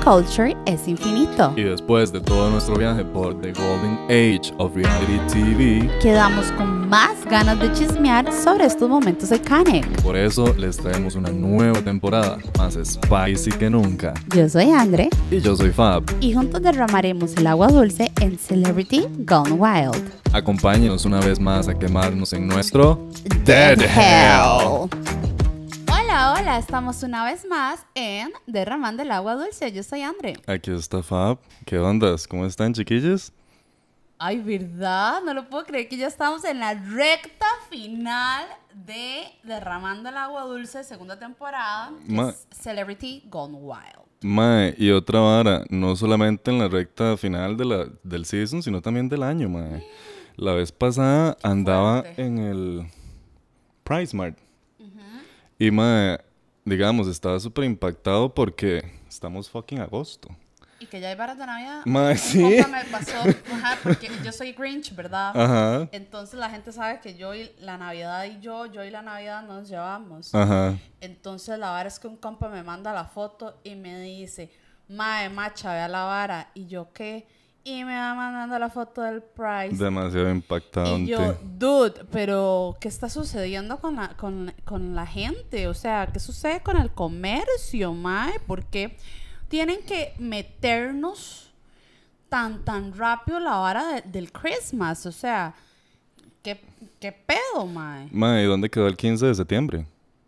culture es infinito. Y después de todo nuestro viaje por The Golden Age of Reality TV, Quedamos con más ganas de chismear sobre estos momentos iconic. por eso les traemos una nueva temporada, más spicy que nunca. Yo soy Andre Y yo soy Fab. y juntos derramaremos el agua dulce en Celebrity Gone Wild. Acompáñenos una vez más a quemarnos en nuestro Dead Hell. Hola, estamos una vez más en Derramando el agua dulce. Yo soy Andre. Aquí está Fab. ¿Qué ondas? ¿Cómo están, chiquillos? Ay, ¿verdad? No lo puedo creer que ya estamos en la recta final de Derramando el agua dulce, segunda temporada, que es Celebrity Gone Wild. Mae, y otra vara, no solamente en la recta final del season, sino también del año, mae. La vez pasada andaba fuerte. en el Price Mart. Y mae, digamos, estaba súper impactado porque estamos fucking agosto. Y que ya hay varas de Navidad. Mae, Un sí. compa me pasó, porque yo soy Grinch, ¿verdad? Ajá, Entonces la gente sabe que yo y la Navidad yo y la Navidad nos llevamos. ajá. Entonces la vara es que un compa me manda la foto y me dice, mae, macha, vea la vara. Y yo, ¿qué? Y me va mandando la foto del Price. Demasiado impactante. Y yo, dude, pero ¿qué está sucediendo con la gente? O sea, ¿qué sucede con el comercio, mae? ¿Por qué tienen que meternos tan rápido la vara del Christmas? O sea, ¿qué pedo, mae? Mae, ¿y dónde quedó el 15 de septiembre?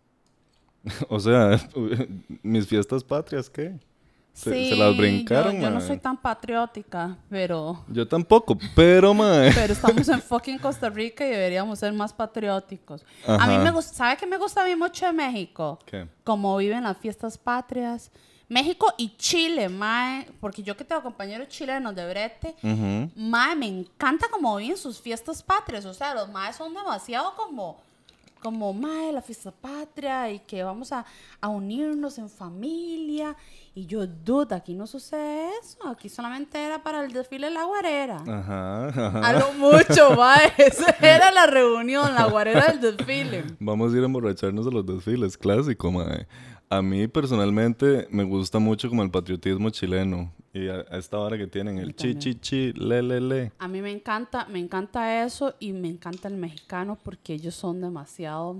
O sea, mis fiestas patrias, ¿qué? Se las brincaron, yo no mae. soy tan patriótica, pero Yo tampoco, pero mae. estamos en fucking Costa Rica y deberíamos ser más patrióticos. A Ajá. mí me gusta, ¿sabe qué me gusta a mí mucho de México? ¿Qué? Cómo viven las fiestas patrias. México y Chile, mae, porque yo que tengo compañeros chilenos de brete, Ujú. mae, me encanta cómo viven sus fiestas patrias. O sea, los maes son demasiado como mae, la fiesta patria y que vamos a unirnos en familia. Y yo, dude, aquí no sucede eso. Aquí solamente era para el desfile de la guarera. Ajá, A ajá. lo mucho, mae. Esa era la reunión, la guarera del desfile. Vamos a ir a emborracharnos de los desfiles, clásico, mae. A mí personalmente me gusta mucho como el patriotismo chileno. Y a esta hora que tienen el chi, también. chi, chi, le. A mí me encanta eso y me encanta el mexicano porque ellos son demasiado...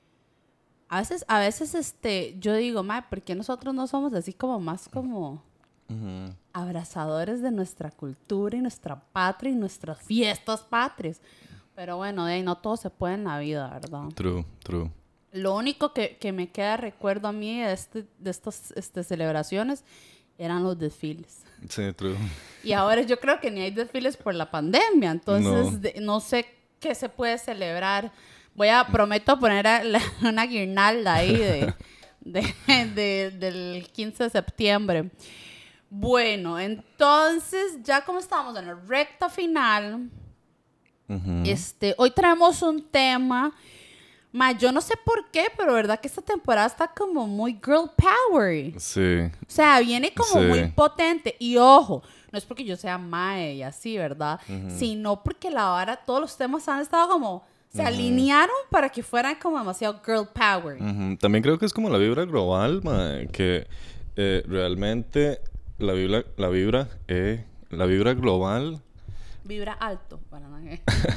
A veces, yo digo, mae, ¿por qué nosotros no somos así como más como Ujú. abrazadores de nuestra cultura y nuestra patria y nuestras fiestas patrias? Pero bueno, de ahí no todo se puede en la vida, ¿verdad? True. Lo único que me queda recuerdo a mí de estas celebraciones eran los desfiles. Sí, true. Y ahora yo creo que ni hay desfiles por la pandemia, entonces No. no sé qué se puede celebrar. Prometo poner una guirnalda ahí del 15 de septiembre. Bueno, entonces ya como estamos en la recta final, Ujú. hoy traemos un tema, yo no sé por qué, pero verdad que esta temporada está como muy girl power. Sí. O sea, viene como Sí. muy potente. Y ojo, no es porque yo sea mae y así, ¿verdad? Sino porque la vara, todos los temas han estado como... Se alinearon para que fueran como demasiado girl power. Ujú. También creo que es como la vibra global, mae, que realmente la vibra global Vibra alto. Bueno, no,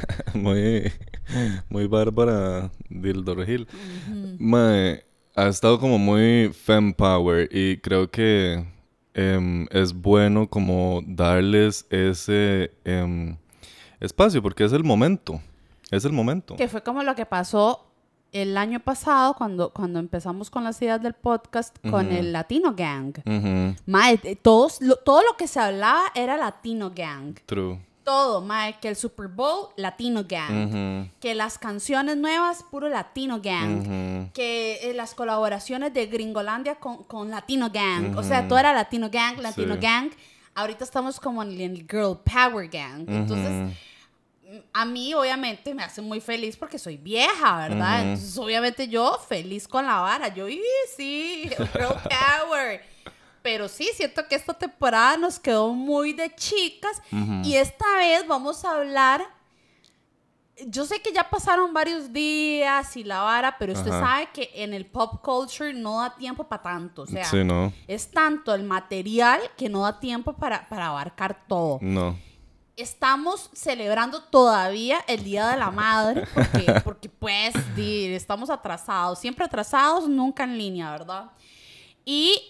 muy bárbara Dildo Regil. Mae, ha estado como muy femme power y creo que es bueno como darles ese espacio porque es el momento. Es el momento. Que fue como lo que pasó el año pasado cuando empezamos con las ideas del podcast con el Latino Gang. Ujú. Mae, todo lo que se hablaba era Latino Gang. True. Todo, mae, que el Super Bowl, Latino Gang. Ujú. Que las canciones nuevas, puro Latino Gang. Ujú. Que las colaboraciones de Gringolandia con Latino Gang. O sea, todo era Latino Gang. Sí. Gang. Ahorita estamos como en el Girl Power Gang. Entonces, a mí obviamente me hace muy feliz porque soy vieja, ¿verdad? Entonces, obviamente yo feliz con la vara. Yo, sí, Girl Power. Pero sí, siento que esta temporada nos quedó muy de chicas. Y esta vez vamos a hablar yo sé que ya pasaron varios días y la vara, pero usted Ajá. sabe que en el pop culture no da tiempo para tanto. O sea, Sí, no. es tanto el material que no da tiempo para abarcar todo. No. Estamos celebrando todavía el Día de la Madre porque pues estamos atrasados, siempre atrasados, nunca en línea, ¿verdad? Y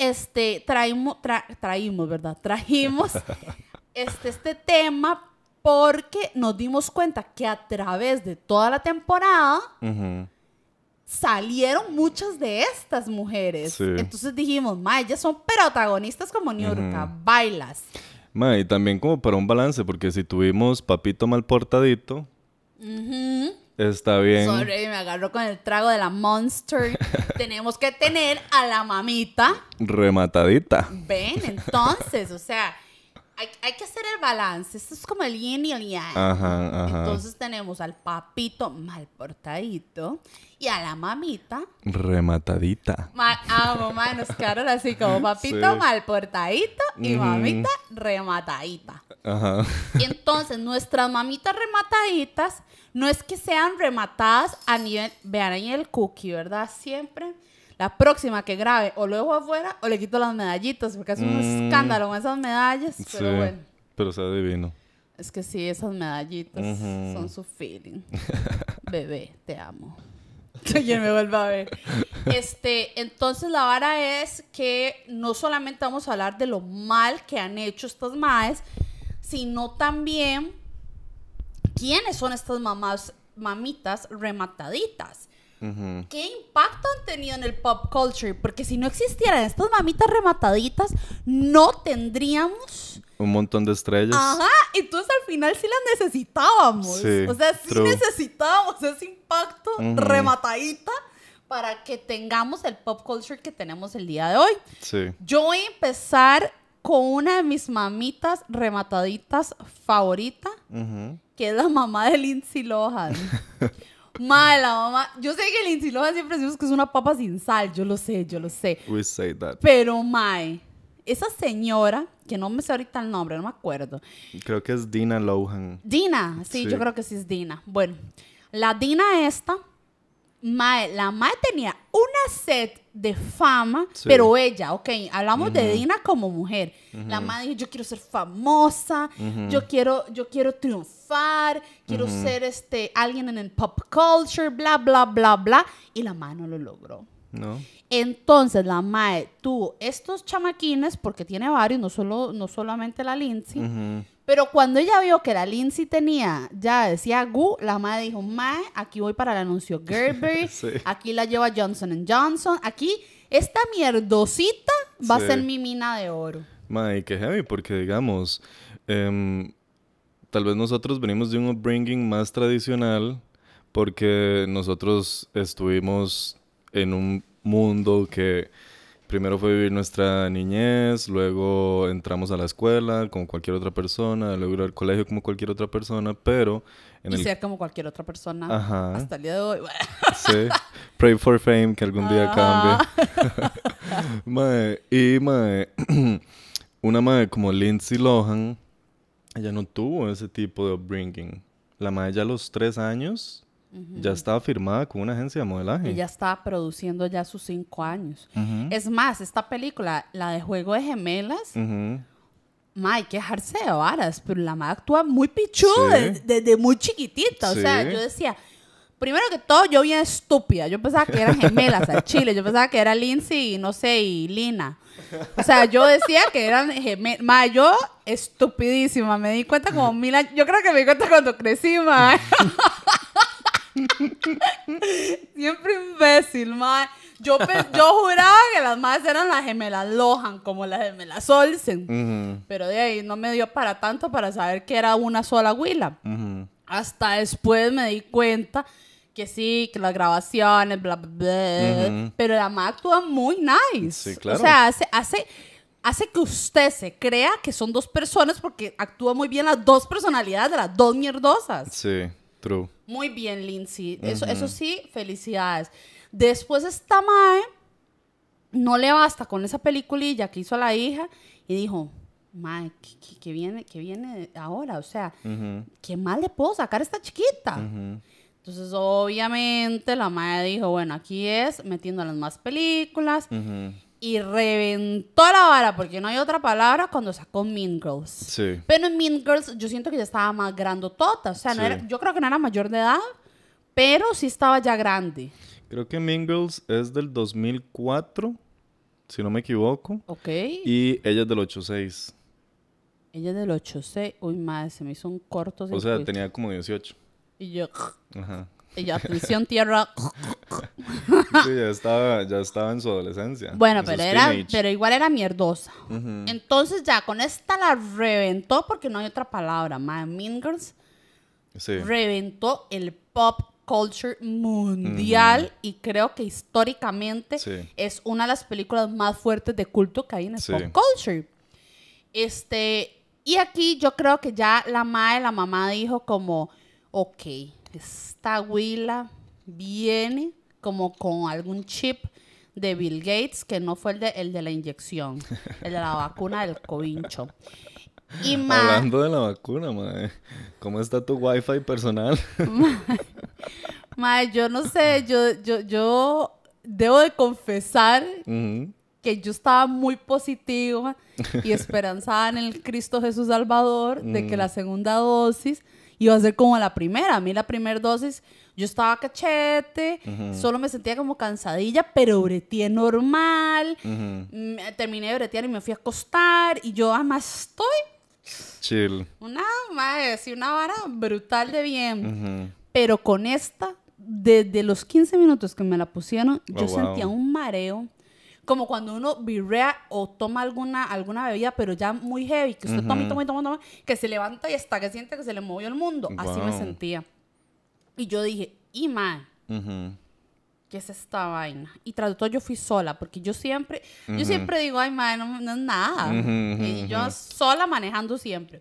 traímos, ¿verdad? Trajimos este tema porque nos dimos cuenta que a través de toda la temporada Ujú. salieron muchas de estas mujeres. Sí. Entonces dijimos, ma, ellas son protagonistas como Niurka, bailas. Ma, y también como para un balance, porque si tuvimos Papito mal portadito, está bien. Sorry, me agarró con el trago de la Monster. Tenemos que tener a la mamita. Rematadita. Ven, entonces, o sea, hay que hacer el balance. Esto es como el yin y el yang. Ajá, ajá. Entonces tenemos al papito mal portadito y a la mamita. Rematadita. Amo, nos quedaron así como papito Sí. mal portadito y mamita rematadita. Ajá. Y entonces nuestras mamitas remataditas no es que sean rematadas a nivel, vean ahí el cookie, ¿verdad? Siempre la próxima que grabe o lo dejo afuera o le quito las medallitas porque es un escándalo con esas medallas, pero Sí, bueno. pero está divino. Es que sí, esas medallitas son su feeling. Bebé, te amo. Quien me vuelva a ver. Entonces la vara es que no solamente vamos a hablar de lo mal que han hecho estas maes, sino también quiénes son estas mamitas remataditas. Ujú. ¿Qué impacto han tenido en el pop culture? Porque si no existieran estas mamitas remataditas, no tendríamos... Un montón de estrellas. Ajá, entonces al final sí las necesitábamos. Sí, O sea, sí true. necesitábamos ese impacto rematadita para que tengamos el pop culture que tenemos el día de hoy. Sí. Yo voy a empezar con una de mis mamitas remataditas favorita, Ujú. que es la mamá de Lindsay Lohan. Madre, la mamá. Yo sé que Lindsay Lohan siempre decimos que es una papa sin sal. Yo lo sé. We say that. Pero, mae, esa señora, que no me sé ahorita el nombre, no me acuerdo. Creo que es Dina Lohan. Dina, sí, Sí. yo creo que sí es Dina. Bueno, la Dina esta, mae, la mae tenía una sed de fama, Sí. pero ella, ok, hablamos de Dina como mujer. La mae dijo, yo quiero ser famosa, yo quiero triunfar, quiero ser alguien en el pop culture, bla, bla, bla, bla. Y la mae no lo logró. ¿No? Entonces la mae tuvo estos chamaquines, porque tiene varios, no solamente la Lindsay. Ujú. Pero cuando ella vio que la Lindsay ya decía Gu, la madre dijo, mae, aquí voy para el anuncio Gerber, Sí. aquí la lleva Johnson Johnson, aquí esta mierdosita va a Sí. ser mi mina de oro. Ma, y qué heavy, porque digamos, tal vez nosotros venimos de un upbringing más tradicional, porque nosotros estuvimos en un mundo que primero fue vivir nuestra niñez, luego entramos a la escuela como cualquier otra persona, luego ir al colegio como cualquier otra persona, pero en Y el... ser como cualquier otra persona Ajá. hasta el día de hoy. Sí, pray for fame, que algún día Ajá. cambie. Mae, una mae como Lindsay Lohan, ella no tuvo ese tipo de upbringing. La mae ya a los 3 años ya estaba firmada con una agencia de modelaje. Ella estaba produciendo ya sus 5 años. Ujú. Es más, esta película, la de Juego de Gemelas, Ujú. ma, hay que dejarse de varas, pero la madre actúa muy pichuda Sí. desde muy chiquitita. O sea, Sí. yo decía, primero que todo, yo bien estúpida. Yo pensaba que eran gemelas al chile. Yo pensaba que era Lindsay y no sé, y Lina. O sea, yo decía que eran gemelas. Ma, yo estupidísima. Me di cuenta como 1000 años. Yo creo que me di cuenta cuando crecí, ma. Siempre imbécil, ma. Yo juraba que las madres eran las gemelas Lohan, como las gemelas Olsen. Ujú. Pero de ahí no me dio para tanto para saber que era una sola huila. Ujú. Hasta después me di cuenta que sí, que las grabaciones, bla, bla, bla. Ujú. Pero la madre actúa muy nice. Sí, claro. O sea, hace que usted se crea que son dos personas porque actúa muy bien las dos personalidades de las dos mierdosas. Sí, true. Muy bien, Lindsay. Eso sí, felicidades. Después esta mae no le basta con esa peliculilla que hizo la hija y dijo, mae, ¿qué viene ahora? O sea, ¿qué más le puedo sacar a esta chiquita? Entonces, obviamente, la madre dijo, bueno, aquí es metiendo las más películas. Y reventó la vara, porque no hay otra palabra, cuando sacó Mean Girls. Sí. Pero en Mean Girls yo siento que ya estaba más grandotota. O sea, no Sí. era, yo creo que no era mayor de edad, pero sí estaba ya grande. Creo que Mean Girls es del 2004, si no me equivoco. Ok. Y ella es del 86. Ella es del 8-6. Uy, madre, se me hizo un corto. O sea, tenía como 18. Y yo... Ajá. Y yo, atención, tierra. Sí, ya estaba en su adolescencia. Bueno, en sus pero teenage. igual era mierdosa. Entonces ya con esta la reventó, porque no hay otra palabra, madre. Mean Girls Sí. reventó el pop culture mundial y creo que históricamente Sí. es una de las películas más fuertes de culto que hay en el Sí. pop culture. Y aquí yo creo que ya la mamá dijo como, ok, esta huila viene como con algún chip de Bill Gates, que no fue el de la inyección, el de la vacuna del covincho. Y Hablando de la vacuna, mae, ¿cómo está tu wifi personal? mae, yo no sé, yo debo de confesar que yo estaba muy positiva y esperanzada en el Cristo Jesús Salvador de que la segunda dosis iba a ser como la primera. A mí la primera dosis, yo estaba cachete, solo me sentía como cansadilla, pero breteé normal. Terminé de bretear y me fui a acostar y yo además estoy Chill. una vara brutal de bien. Pero con esta, desde los 15 minutos que me la pusieron, yo sentía un mareo. Como cuando uno birrea o toma alguna bebida, pero ya muy heavy, que usted toma, que se levanta y hasta que siente que se le movió el mundo. Así me sentía. Y yo dije, mae, ¿qué es esta vaina? Y tras de todo yo fui sola, porque yo siempre digo, ay, mae, no es nada. Y yo sola manejando siempre.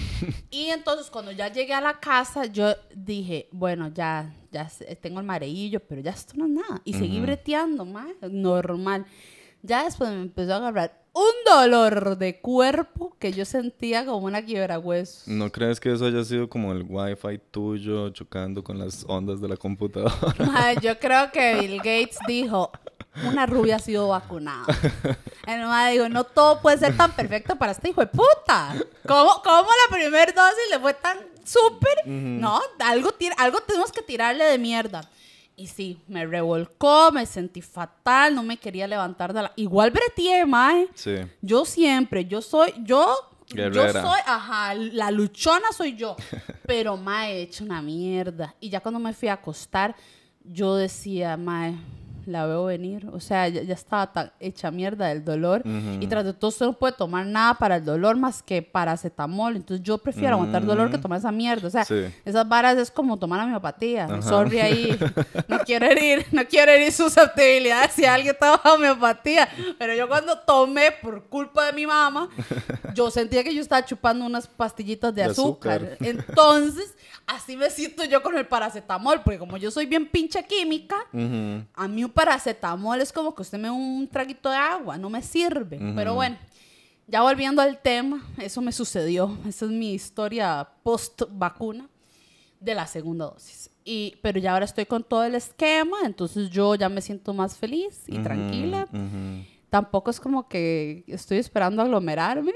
Y entonces cuando ya llegué a la casa, yo dije, bueno, ya tengo el mareillo, pero ya esto no es nada. Y seguí breteando, mae, normal. Ya después me empezó a agarrar un dolor de cuerpo que yo sentía como una quiebrahuesos. ¿No crees que eso haya sido como el wifi tuyo chocando con las ondas de la computadora? Mae, yo creo que Bill Gates dijo, una rubia ha sido vacunada. El mae dijo, no todo puede ser tan perfecto para este hijo de puta. ¿Cómo la primera dosis le fue tan súper? No, algo tenemos que tirarle de mierda. Y sí, me revolcó, me sentí fatal, no me quería levantar de la... Igual breteé, mae. Sí. Yo soy, Guerrera. la luchona soy yo. Pero, mae, he hecho una mierda. Y ya cuando me fui a acostar, yo decía, mae, la veo venir. O sea, ya estaba tan hecha mierda del dolor. Y tras de todo, usted no puede tomar nada para el dolor más que paracetamol. Entonces, yo prefiero aguantar dolor que tomar esa mierda. O sea, esas varas es como tomar homeopatía. Sorry ahí. No quiero herir susceptibilidades si alguien toma homeopatía. Pero yo cuando tomé por culpa de mi mamá, yo sentía que yo estaba chupando unas pastillitas de azúcar. Entonces, así me siento yo con el paracetamol. Porque como yo soy bien pinche química, a mí un paracetamol es como que usted me da un traguito de agua, no me sirve. Pero bueno, ya volviendo al tema, eso me sucedió. Esa es mi historia post-vacuna de la segunda dosis. Pero ya ahora estoy con todo el esquema, entonces yo ya me siento más feliz y tranquila. Tampoco es como que estoy esperando aglomerarme,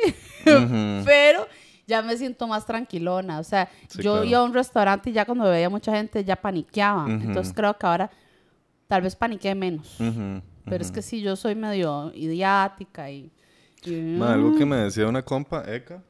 pero ya me siento más tranquilona. O sea, yo iba a un restaurante y ya cuando veía mucha gente ya paniqueaba. Entonces creo que ahora tal vez paniqué menos. Pero es que sí, yo soy medio idiática y Algo que me decía una compa, Eka,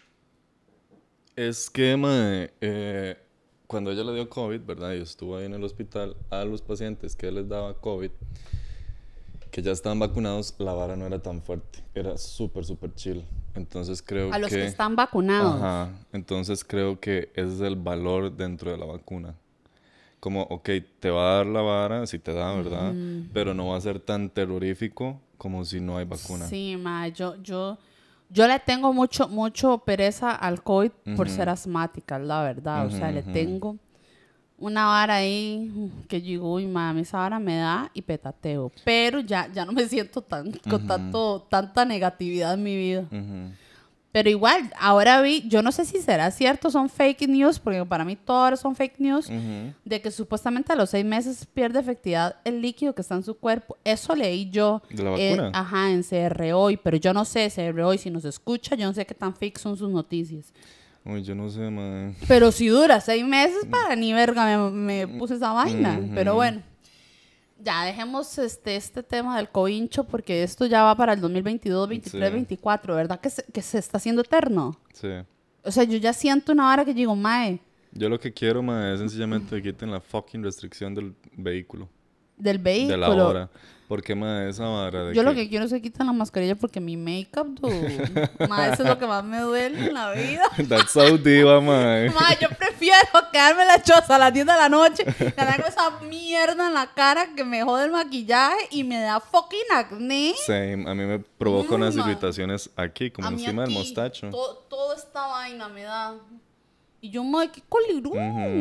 es que cuando ella le dio COVID, ¿verdad? Y estuvo ahí en el hospital, a los pacientes que les daba COVID, que ya estaban vacunados, la vara no era tan fuerte. Era súper, súper chill. Entonces creo que... A los que están vacunados. Ajá. Entonces creo que ese es el valor dentro de la vacuna. Como, ok, te va a dar la vara, si te da, ¿verdad? Pero no va a ser tan terrorífico como si no hay vacuna. Sí, ma, yo le tengo mucho pereza al COVID por ser asmática, la verdad. O sea, le tengo una vara ahí que yo digo, uy, mami, esa vara me da y petateo. Pero ya no me siento con tanta negatividad en mi vida. Pero igual, ahora vi, yo no sé si será cierto, son fake news, porque para mí todo ahora son fake news, de que supuestamente a los 6 meses pierde efectividad el líquido que está en su cuerpo. Eso leí yo. ¿De la vacuna? Ajá, en CR Hoy, pero yo no sé, CR Hoy, si nos escucha, yo no sé qué tan fake son sus noticias. Uy, yo no sé, mae. Pero si dura 6 meses, para ni verga me puse esa vaina. Pero bueno. Ya, dejemos este tema del cohincho porque esto ya va para el 2022, 23, 24, ¿verdad? Que se está haciendo eterno. Sí. O sea, yo ya siento una hora que digo, mae, Yo lo que quiero, mae, es sencillamente que quiten la fucking restricción del vehículo. del vehículo. De la hora. Porque, mae, esa vara de Yo lo que quiero es que quiten la mascarilla porque mi make-up, mae, eso es lo que más me duele en la vida. That's so diva, mae. Mae, yo prefiero quedarme la choza a las 10 de la noche, ganar con esa mierda en la cara que me jode el maquillaje y me da fucking acné. Same. A mí me provoca unas mae. irritaciones aquí, como A mí encima del aquí, mostacho. Toda esta vaina me da. Y yo, mae, qué colirú.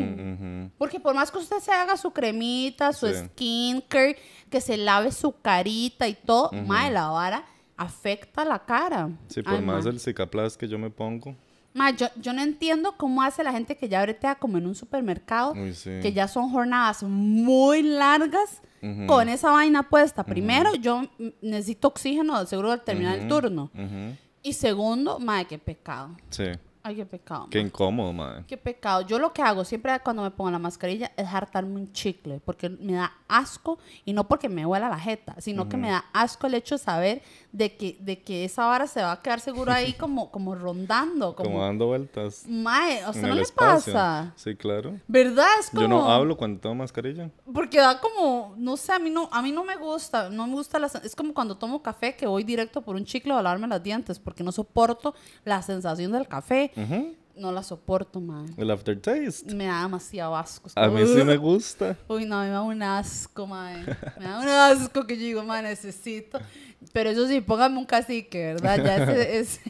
Porque por más que usted se haga su cremita, su skincare, que se lave su carita y todo, mae, la vara afecta la cara. Sí, por Ay, más mae. el Cicaplast que yo me pongo. Mae, yo no entiendo cómo hace la gente que ya bretea como en un supermercado, Uy, sí. que ya son jornadas muy largas con esa vaina puesta. Primero, yo necesito oxígeno, seguro al terminar el turno. Y segundo, mae, qué pecado. Sí. Ay, qué pecado. Qué incómodo, mae. Qué pecado. Yo lo que hago siempre cuando me pongo la mascarilla es hartarme un chicle, porque me da asco, y no porque me huela la jeta, sino que me da asco el hecho de saber de que esa vara se va a quedar seguro ahí como rondando. Como dando vueltas. Mae, ¿a usted en no el le espacio. pasa? Sí, claro. ¿Verdad? Es como... Yo no hablo cuando tengo mascarilla. Porque da como, no sé, a mí no me gusta, es como cuando tomo café que voy directo por un chicle a lavarme los dientes porque no soporto la sensación del café. No la soporto, man. El aftertaste. Me da demasiado asco. A mí sí me gusta. Uy, no, a mí me da un asco, man. Me da un asco que yo digo, man, necesito. Pero eso sí, póngame un cacique, ¿verdad? Ya ese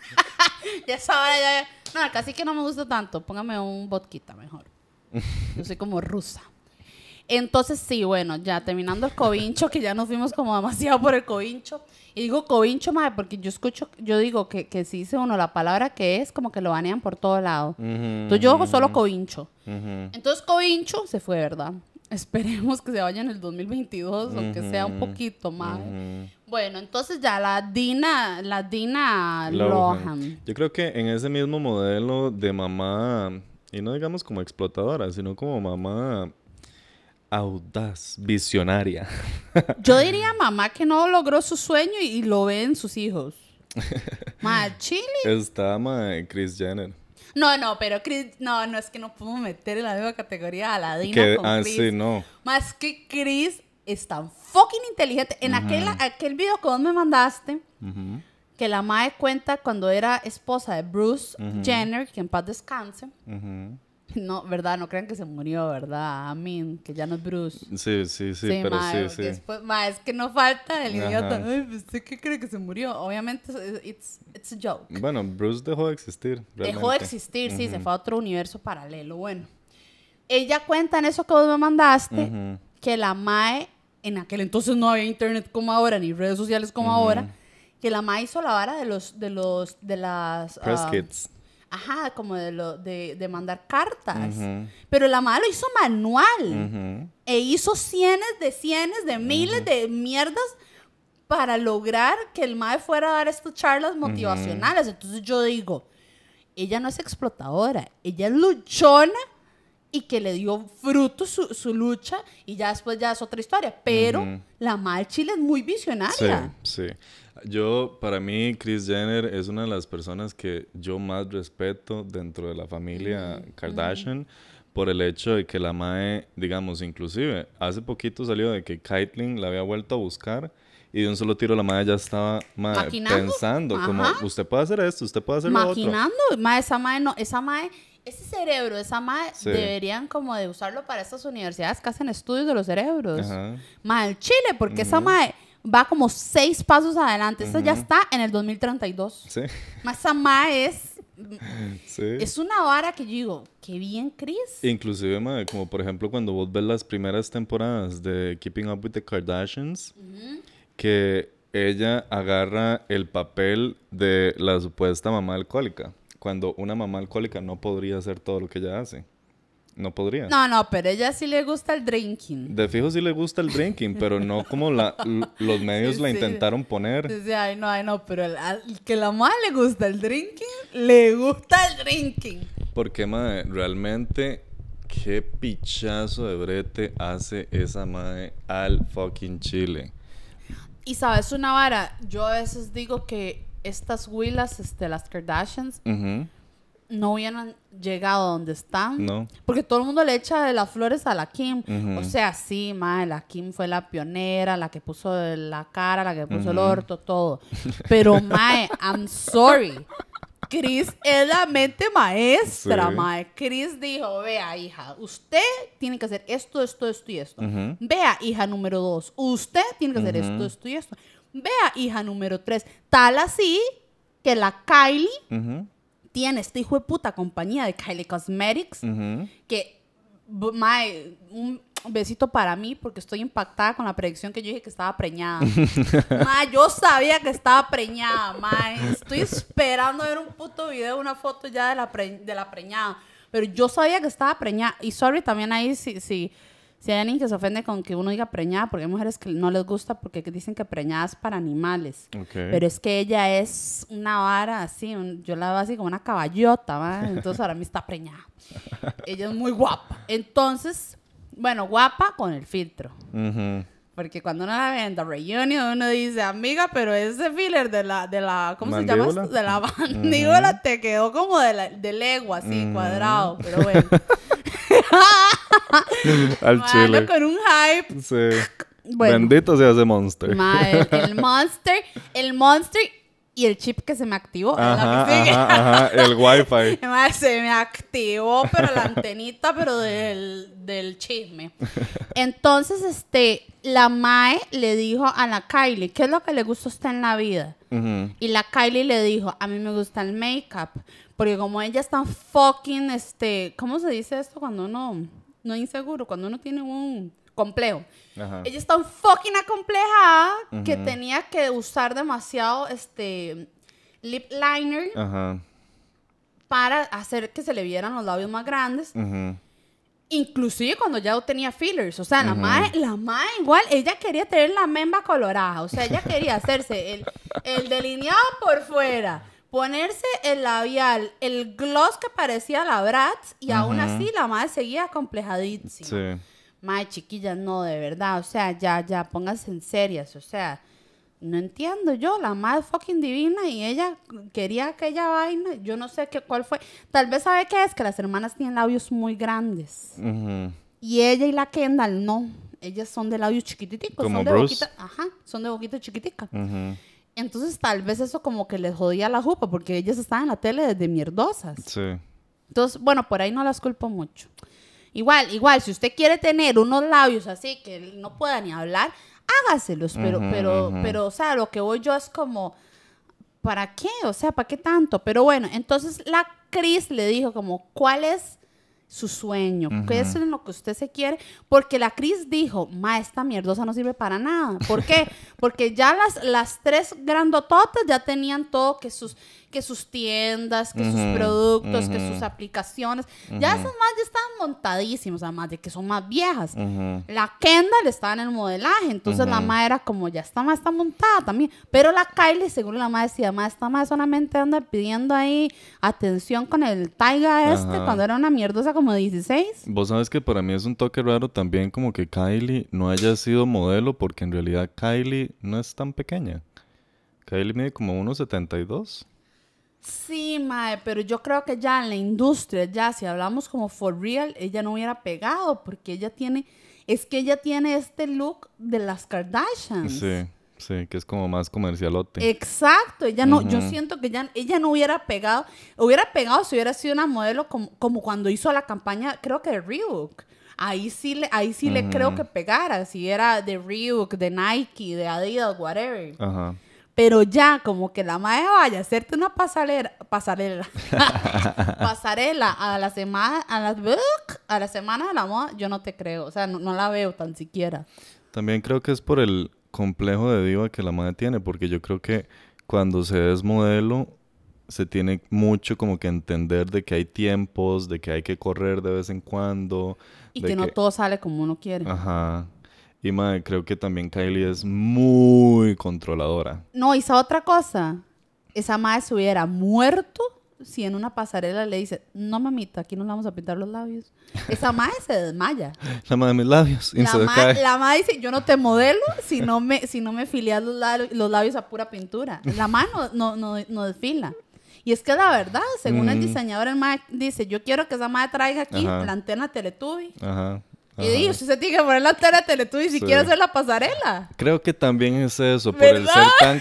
ya esa hora ya... No, el cacique no me gusta tanto. Póngame un vodka mejor. Yo soy como rusa. Entonces, sí, bueno, ya terminando el covincho, que ya nos fuimos como demasiado por el covincho. Y digo covincho, madre, porque yo digo que si dice uno la palabra que es, como que lo banean por todo lado. Entonces yo hago solo covincho. Entonces covincho se fue, ¿verdad? Esperemos que se vaya en el 2022, aunque sea un poquito más. Bueno, entonces ya la Dina Lohan. Yo creo que en ese mismo modelo de mamá, y no digamos como explotadora, sino como mamá audaz, visionaria. Yo diría mamá que no logró su sueño y lo ve en sus hijos. Ma, Chile. Está Kris Jenner. No, pero Chris, no, es que no podemos meter en la misma categoría a la Dina Que, con Chris. sí, no. Más que Chris es tan fucking inteligente. En aquel video que vos me mandaste, que la mae cuenta cuando era esposa de Bruce Jenner, que en paz descanse. No, ¿verdad? No crean que se murió, ¿verdad? Que ya no es Bruce. Sí, pero mae, sí. Después, mae, es que no falta el idiota. Ay, ¿usted qué cree que se murió? Obviamente, it's a joke. Bueno, Bruce dejó de existir. Realmente. Dejó de existir, sí, se fue a otro universo paralelo. Bueno, ella cuenta en eso que vos me mandaste, que la mae, en aquel entonces no había internet como ahora, ni redes sociales como ahora, que la mae hizo la vara de las... Press kits. Ajá, como de mandar cartas. Pero la madre lo hizo manual. E hizo cientos de miles de mierdas para lograr que el mae fuera a dar estas charlas motivacionales. Entonces yo digo, ella no es explotadora, ella es luchona y que le dio fruto su lucha y ya después ya es otra historia. Pero la madre Chile es muy visionaria. Sí. Para mí, Kris Jenner es una de las personas que yo más respeto dentro de la familia Kardashian por el hecho de que la mae, digamos, inclusive, hace poquito salió de que Caitlyn la había vuelto a buscar y de un solo tiro la mae ya estaba pensando como, usted puede hacer esto, usted puede hacer lo otro. Maquinando, esa mae, ese cerebro, esa mae, deberían como de usarlo para estas universidades que hacen estudios de los cerebros. Mae, el Chile, porque esa mae va como 6 pasos adelante. Esta ya está en el 2032. Sí. Esa mae es... Sí. Es una vara que yo digo, qué bien, Chris. Inclusive, mae, como por ejemplo cuando vos ves las primeras temporadas de Keeping Up with the Kardashians, que ella agarra el papel de la supuesta mamá alcohólica, cuando una mamá alcohólica no podría hacer todo lo que ella hace. No podría. No, pero ella sí le gusta el drinking. De fijo sí le gusta el drinking, pero no como los medios Sí, la sí. intentaron poner. Dice, ay, no, pero al que la madre le gusta el drinking, le gusta el drinking. Porque, mae, realmente, qué pichazo de brete hace esa mae al fucking Chile. Y sabes una vara, yo a veces digo que estas huilas, las Kardashians, Ujú. no hubieran llegado a donde están. No. Porque todo el mundo le echa de las flores a la Kim. Ujú. O sea, sí, madre, la Kim fue la pionera, la que puso la cara, la que puso el orto, todo. Pero, mae, I'm sorry. Chris es la mente maestra, Sí. mae. Chris dijo, vea, hija, usted tiene que hacer esto, esto, esto y esto. Ujú. Vea, hija número 2, usted tiene que hacer Ujú. esto, esto y esto. Vea, hija número 3, tal así que la Kylie Ujú. tiene esta hijo de puta compañía de Kylie Cosmetics Ujú. que, mae, un besito para mí porque estoy impactada con la predicción que yo dije que estaba preñada. Mae, yo sabía que estaba preñada, mae. Estoy esperando ver un puto video, una foto ya de la preñada. Pero yo sabía que estaba preñada. Y sorry, también ahí si hay alguien que se ofende con que uno diga preñada, porque hay mujeres que no les gusta porque dicen que preñada es para animales. Ok. Pero es que ella es una vara así, yo la veo así como una caballota, ¿va? Entonces ahora mí está preñada. Ella es muy guapa. Entonces, bueno, guapa con el filtro. Ujú. Porque cuando uno la ve en The Reunion, uno dice, amiga, pero ese filler de la ¿cómo se llama ¿Mandíbula? esto? De la mandíbula te quedó como de legua, así, cuadrado. Pero bueno. Al Mano, Chile. con un hype. Sí. Bueno. Bendito sea ese monster. El Monster y el chip que se me activó. es la Ajá, que sigue. ajá, el wifi. Mae, se me activó, pero la antenita, pero del chisme. Entonces, la Mae le dijo a la Kylie, ¿qué es lo que le gusta a usted en la vida? Ujú. Y la Kylie le dijo, a mí me gusta el make-up. Porque como ella es tan fucking, ¿cómo se dice esto cuando uno no es inseguro? Cuando uno tiene un complejo. Ajá. Ella es tan fucking acomplejada que Ujú. tenía que usar demasiado, lip liner Ajá. para hacer que se le vieran los labios más grandes. Ujú. Inclusive cuando ya tenía fillers. O sea, la mae igual, ella quería tener la memba colorada. O sea, ella quería hacerse el delineado por fuera, ponerse el labial, el gloss que parecía la Bratz, y aún así la mae seguía acomplejadísima. Sí. Mae, chiquillas, no, de verdad. O sea, ya, pónganse en serias. O sea, no entiendo yo. La mae es fucking divina y ella quería aquella vaina. Yo no sé cuál fue. Tal vez sabe qué es, que las hermanas tienen labios muy grandes. Ujú. Y ella y la Kendall no. Ellas son de labios chiquititicos. Como son de Bruce. boquita. Ajá, son de boquita chiquitica. Ujú. Entonces, tal vez eso como que les jodía la jupa, porque ellas estaban en la tele desde mierdosas. Sí. Entonces, bueno, por ahí no las culpo mucho. Igual, si usted quiere tener unos labios así que no pueda ni hablar, hágaselos. Pero, o sea, lo que voy yo es como, ¿para qué? O sea, ¿para qué tanto? Pero bueno, entonces la Chris le dijo como, ¿cuál es su sueño? ¿Qué es en lo que usted se quiere? Porque la Chris dijo, ma, esta mierdosa no sirve para nada. ¿Por qué? Porque ya las tres grandototas ya tenían todo, que sus tiendas, que sus productos, que sus aplicaciones. Ya esas más ya estaban montadísimas, además de que son más viejas. La Kendall estaba en el modelaje, entonces la ma era como, ya esta ma está montada también. Pero la Kylie, seguro la ma decía, ma, esta ma solamente anda pidiendo ahí atención con el Taiga cuando era una mierdosa como 16. Vos sabes que para mí es un toque raro también como que Kylie no haya sido modelo, porque en realidad Kylie no es tan pequeña. Kylie mide como 1,72. Sí, mae, pero yo creo que ya en la industria, ya si hablamos como for real, ella no hubiera pegado, porque ella tiene este look de las Kardashians. Sí, sí, que es como más comercialote. Exacto, ella no, yo siento que ella no hubiera pegado si hubiera sido una modelo como cuando hizo la campaña, creo que de Reebok. Ahí sí le creo que pegara, si era de Reebok, de Nike, de Adidas, whatever. Ajá. Pero ya, como que la madre vaya a hacerte una pasarela a la semana de la moda, yo no te creo. O sea, no la veo tan siquiera. También creo que es por complejo de diva que la madre tiene, porque yo creo que cuando se es modelo, se tiene mucho como que entender de que hay tiempos, de que hay que correr de vez en cuando. Y de que no todo sale como uno quiere. Ajá. Y madre, creo que también Kylie es muy controladora. No, y esa otra cosa, esa madre se hubiera muerto si en una pasarela le dice, no mamita, aquí nos vamos a pintar los labios. Esa madre se desmaya. La madre de mis labios. Y se cae. La madre dice, yo no te modelo si no me filias los labios a pura pintura. La madre no desfila. Y es que la verdad, según el diseñador, el madre dice, yo quiero que esa madre traiga aquí la antena Teletubby. Ajá. Y digo, usted se tiene que poner la antena Teletubby si quiere hacer la pasarela. Creo que también es eso, ¿verdad? por el ser tan...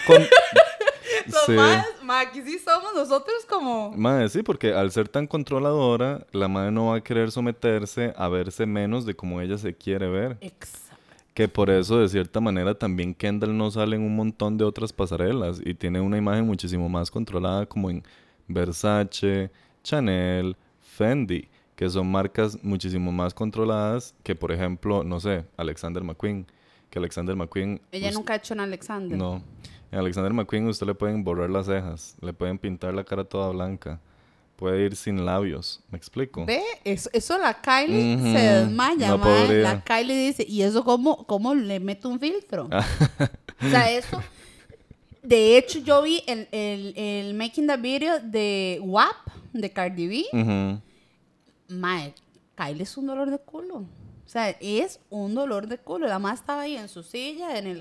Sí. Aquí sí somos nosotros como... Madre, sí, porque al ser tan controladora, la madre no va a querer someterse a verse menos de como ella se quiere ver. Exacto. Que por eso, de cierta manera, también Kendall no sale en un montón de otras pasarelas y tiene una imagen muchísimo más controlada como en Versace, Chanel, Fendi, que son marcas muchísimo más controladas que, por ejemplo, no sé, Alexander McQueen. Que Alexander McQueen... Ella nunca ha hecho en Alexander. No. En Alexander McQueen usted le pueden borrar las cejas, le pueden pintar la cara toda blanca, puede ir sin labios, ¿me explico? Ve, eso la Kylie se desmaya, no mae. podría. La Kylie dice, ¿y eso cómo le meto un filtro? O sea, eso... De hecho, yo vi el making the video de WAP, de Cardi B. Mae, Kylie es un dolor de culo. O sea, es un dolor de culo. La madre estaba ahí en su silla, en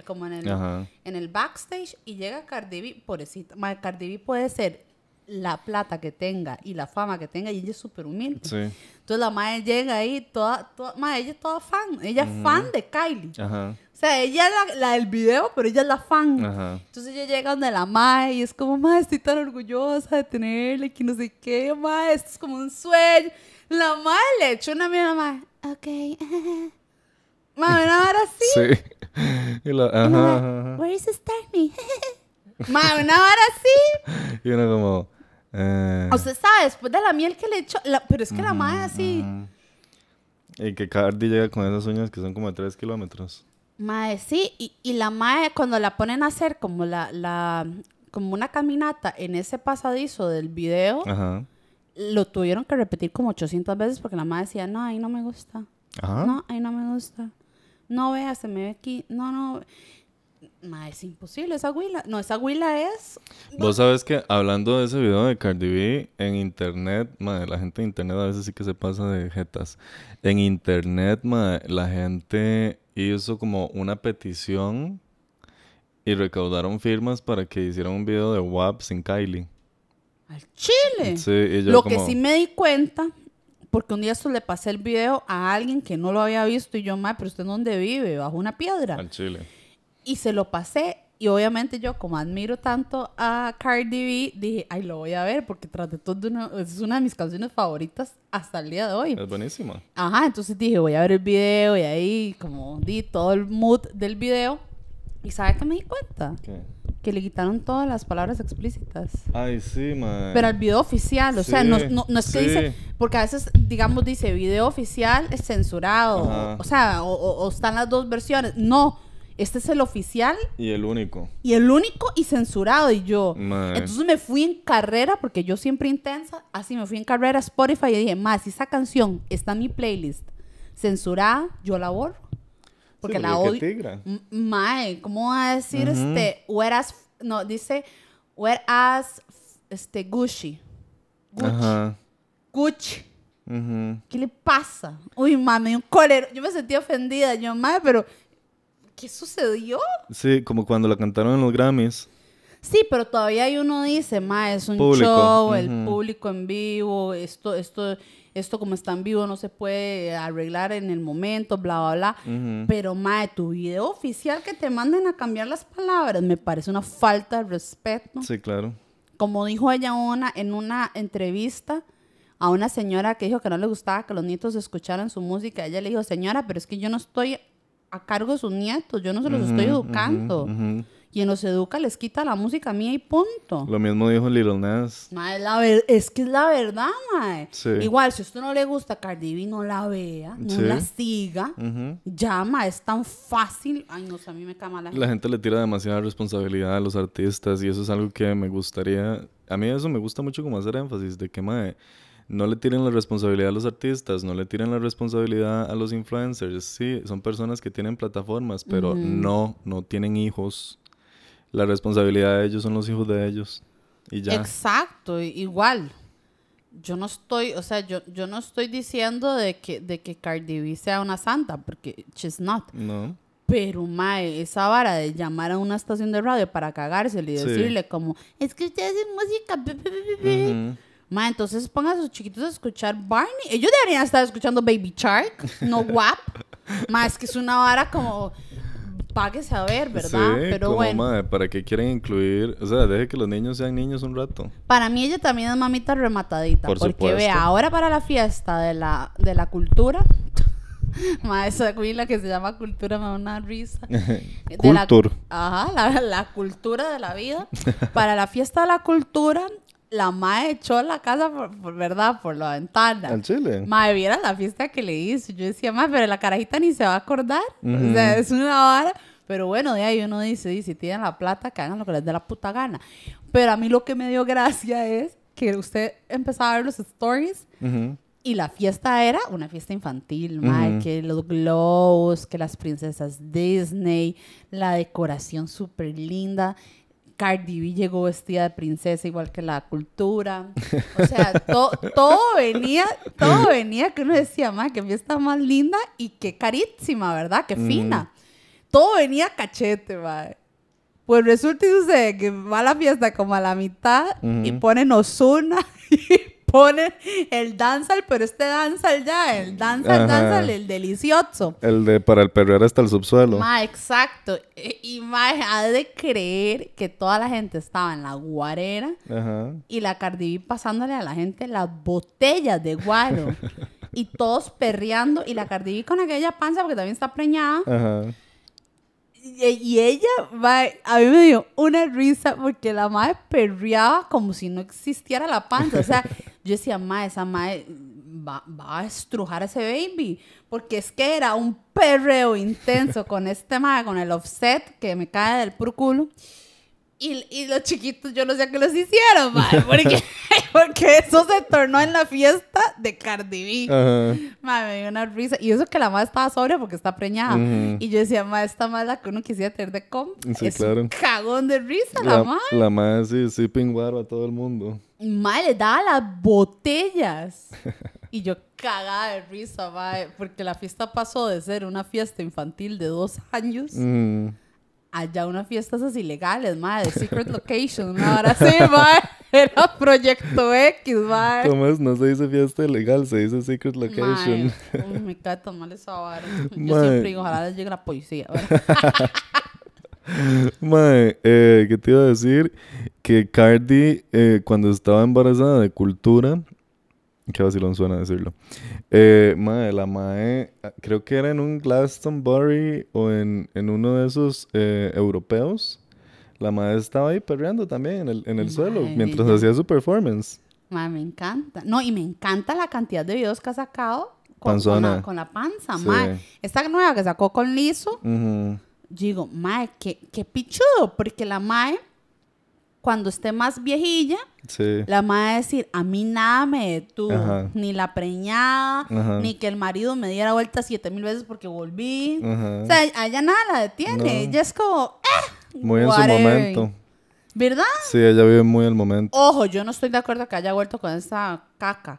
el backstage, y llega Cardi B, pobrecita. Madre, Cardi B puede ser la plata que tenga y la fama que tenga, y ella es súper humilde. Sí. Entonces la madre llega ahí, madre, ella es toda fan. Ella es fan de Kylie. Ajá. O sea, ella es la del video, pero ella es la fan. Ajá. Entonces ella llega donde la madre y es como, madre, estoy tan orgullosa de tenerla, que no sé qué, madre, esto es como un sueño. La madre le echó una mierda a la madre. Ok. Madre, una hora así. Sí. Y ajá. Where is Stormy? Madre, una hora así. Y uno como... Usted sabe, después de la miel que le echó... Pero es que la madre así... Y que Cardi llega con esas uñas que son como de 3 kilómetros. Madre, sí. Y la madre, cuando la ponen a hacer como como una caminata en ese pasadizo del video... Ajá. Lo tuvieron que repetir como 800 veces porque la madre decía, no, ahí no me gusta. Ajá. No, ahí no me gusta. No, vea, se me ve aquí. No. Madre, es imposible, esa huila. No, esa huila es... Vos sabes que hablando de ese video de Cardi B en internet, madre, la gente en internet a veces sí que se pasa de jetas. En internet, madre, la gente hizo como una petición y recaudaron firmas para que hicieran un video de WAP sin Kylie. Al chile. Sí, y yo Lo como... que sí me di cuenta, porque un día esto le pasé el video a alguien que no lo había visto y yo, madre, pero usted ¿dónde vive? Bajo una piedra. Al chile. Y se lo pasé y obviamente yo, como admiro tanto a Cardi B, dije, ay, lo voy a ver porque tras de todo es una de mis canciones favoritas hasta el día de hoy. Es buenísima. Ajá, entonces dije, voy a ver el video y ahí como di todo el mood del video. ¿Y sabe qué me di cuenta? ¿Qué? Que le quitaron todas las palabras explícitas. Ay, sí, man. Pero al video oficial, o sea, no es que dice... Porque a veces, digamos, dice video oficial es censurado. Ajá. O sea, o están las dos versiones. No, este es el oficial. Y el único. Y el único y censurado. Y yo... Man. Entonces me fui en carrera, porque yo siempre intensa. Así me fui en carrera a Spotify y dije, más, si esa canción está en mi playlist censurada, yo la borro. Porque la odio. Mae, ¿cómo va a decir whereas, no, dice whereas Gucci. Ajá. Gucci. ¿Qué le pasa? Uy, mami, un colero. Yo me sentí ofendida. Yo, mae, pero ¿qué sucedió? Sí, como cuando la cantaron en los Grammys. Sí, pero todavía hay uno dice, mae, es un Público. show, el público en vivo, esto como está en vivo no se puede arreglar en el momento, bla, bla, bla. Pero, mae, tu video oficial que te manden a cambiar las palabras me parece una falta de respeto. Sí, claro. Como dijo ella en una entrevista a una señora que dijo que no le gustaba que los nietos escucharan su música. Ella le dijo, señora, pero es que yo no estoy a cargo de sus nietos, yo no se los estoy educando. Quien los educa les quita la música mía y punto. Lo mismo dijo Lil Nas. Mae, es que es la verdad, mae. Sí. Igual, si a usted no le gusta Cardi B, no la vea, no Sí. la siga. Ujú. Llama, es tan fácil. Ay, no sé, a mí me cae mal la gente. La gente le tira demasiada responsabilidad a los artistas y eso es algo que me gustaría... A mí eso me gusta mucho como hacer énfasis de que, mae, no le tiren la responsabilidad a los artistas, no le tiren la responsabilidad a los influencers. Sí, son personas que tienen plataformas, pero no tienen hijos. La responsabilidad de ellos son los hijos de ellos. Y ya. Exacto, igual. Yo no estoy, o sea, yo no estoy diciendo de que Cardi B sea una santa, porque she's not. No. Pero, mae, esa vara de llamar a una estación de radio para cagársele y Sí. decirle como, es que usted hace música, Ujú. mae, entonces pongan a sus chiquitos a escuchar Barney. Ellos deberían estar escuchando Baby Shark, no WAP. Mae, es que es una vara como, páguese a ver, ¿verdad? Sí, Pero como, bueno, mae, ¿para qué quieren incluir? O sea, deje que los niños sean niños un rato. para mí ella también es mamita rematadita. Por Porque supuesto. vea, ahora para la fiesta de la cultura, mae, esa güila que se llama cultura me da una risa. Culture. Ajá, la cultura de la vida. Para la fiesta de la cultura, la mae echó la casa ¿verdad? Por la ventana. ¿Al chile? Mae, viera la fiesta que le hizo. Yo decía, mae, pero la carajita ni se va a acordar. Ujú. O sea, es una vara. Pero bueno, de ahí uno dice, si tienen la plata, que hagan lo que les dé la puta gana. Pero a mí lo que me dio gracia es que usted empezaba a ver los stories Ujú. y la fiesta era una fiesta infantil, mae, Ujú. que los globos, que las princesas Disney, la decoración súper linda. Cardi B llegó vestida de princesa igual que la cultura. O sea, todo venía que uno decía, mae, qué fiesta más linda y qué carísima, ¿verdad? Qué fina. Todo venía cachete, mae. Pues resulta y sucede que va a la fiesta como a la mitad y ponen Ozuna y ponen el danzal, pero este danzal ya, el Ajá. danzal, el delicioso. El de para el perrear hasta el subsuelo. Ma, exacto. Y ma, ha de creer que toda la gente estaba en la guarera Ajá. y la Cardi B pasándole a la gente las botellas de guaro y todos perreando y la Cardi B con aquella panza porque también está preñada. Ajá. Y ella, mae, a mí me dio una risa porque la madre perreaba como si no existiera la panza. O sea, yo decía, mae, esa madre va a estrujar a ese baby. Porque es que era un perreo intenso con este mae, con el Offset, que me cae del puro culo. Y los chiquitos, yo no sé qué los hicieron, mae, porque eso se tornó en la fiesta de Cardi B. Ajá. Mae, me dio una risa. Y eso que la madre estaba sobria porque está preñada. Ujú. Y yo decía, madre, esta madre la que uno quisiera tener de comp. Sí, es claro. un cagón de risa, la madre. La madre sí, sipping guaro a todo el mundo. Madre, le daba las botellas. Y yo cagada de risa, madre. Porque la fiesta pasó de ser una fiesta infantil de 2 años Mm. allá unas fiestas así ilegales, madre, de Secret Location, una hora así, madre. Era Proyecto X, madre. ¿Cómo es? No se dice fiesta ilegal, se dice secret location. Mae, uy, me cae tan mal esa vara. Yo Mae. siempre digo, ojalá les llegue la policía. ¿verdad? Mae, ¿qué te iba a decir? Que Cardi, cuando estaba embarazada de Cultura, qué vacilón suena decirlo. Mae, la mae, creo que era en un Glastonbury o en uno de esos europeos. La mae estaba ahí perreando también en el suelo Mae, mientras ella- hacía su performance. Mae, me encanta. No, y me encanta la cantidad de videos que ha sacado Panzona. con la panza, Sí. mae. Esta nueva que sacó con Lizo, Ujú. digo, mae, qué pichudo, porque la mae, cuando esté más viejilla, Sí. la mae va a decir, a mí nada me detuvo, Ajá. ni la preñada, Ajá. ni que el marido me diera vuelta 7,000 veces porque volví. Ajá. O sea, a ella nada la detiene. No. Ella es como, Muy en su whatever. momento. ¿Verdad? Sí, ella vive muy el momento. Ojo, yo no estoy de acuerdo que haya vuelto con esa caca,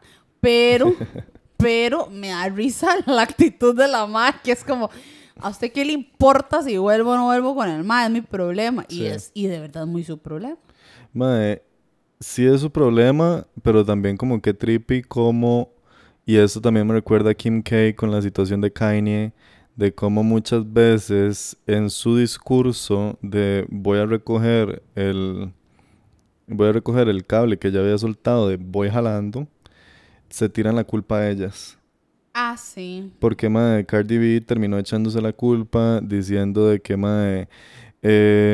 pero me da risa la actitud de la madre, que es como, ¿a usted qué le importa si vuelvo o no vuelvo con el mae? Es mi problema. Sí. Y de verdad es muy su problema. Mae, sí es su problema, pero también como que trippy como... Y eso también me recuerda a Kim K con la situación de Kanye, de cómo muchas veces en su discurso de voy a recoger el cable que ya había soltado de voy jalando, se tiran la culpa a ellas. Ah, sí. Porque, mae, Cardi B terminó echándose la culpa diciendo de que, mae,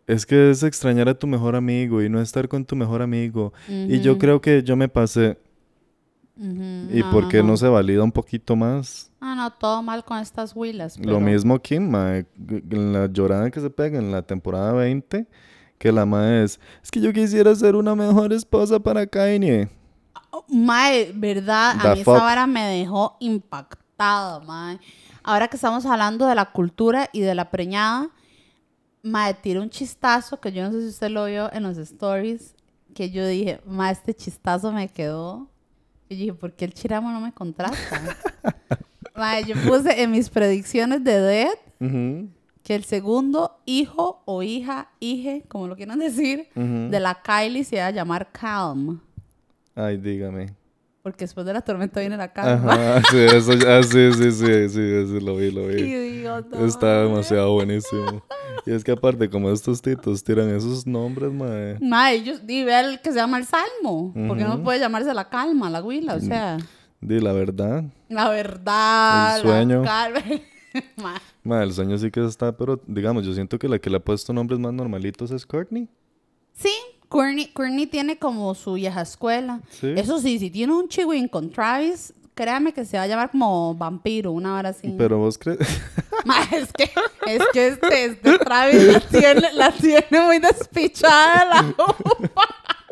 es que es extrañar a tu mejor amigo y no estar con tu mejor amigo. Y yo Ujú, creo que yo me pasé. ujú. ¿Y No, por no, qué no no. se valida un poquito más? No, no, todo mal con estas huilas, Lo pero... mismo Kim, mae, en la llorada que se pega en la temporada 20, que la mae es que yo quisiera ser una mejor esposa para Kanye. Oh, mae, ¿verdad? A The mí esa fuck. vara me dejó impactada, mae. Ahora que estamos hablando de la cultura y de la preñada, mae, tira un chistazo que yo no sé si usted lo vio en los stories, que yo dije, mae, este chistazo me quedó. Y yo dije, ¿por qué el chiramo no me contrata? Mae, yo puse en mis predicciones de Dead Ujú, que el segundo hijo o hija, hije, como lo quieran decir, ujú. de la Kylie se iba a llamar Calm. Ay, dígame. Porque después de la tormenta viene la calma. Ajá, sí, eso, sí, sí, sí, sí, eso lo vi, lo Y vi. yo digo, Está no, mae. demasiado buenísimo. Y es que aparte, como estos titos tiran esos nombres, mae. Mae, ellos, di, ve el que se llama el Salmo. Porque no Ujú. puede llamarse la calma, la huila, o Mm, sea. Di la verdad, La el verdad, la sueño. calma. Mae. Mae, el sueño sí que está, pero digamos, yo siento que la que le ha puesto nombres más normalitos es Courtney. Sí, Courtney tiene como su vieja escuela. Sí. Eso sí, si tiene un chihuín con Travis, créame que se va a llamar como vampiro, una hora así. Pero vos crees. Mae, es que este Travis la tiene muy despichada la uva.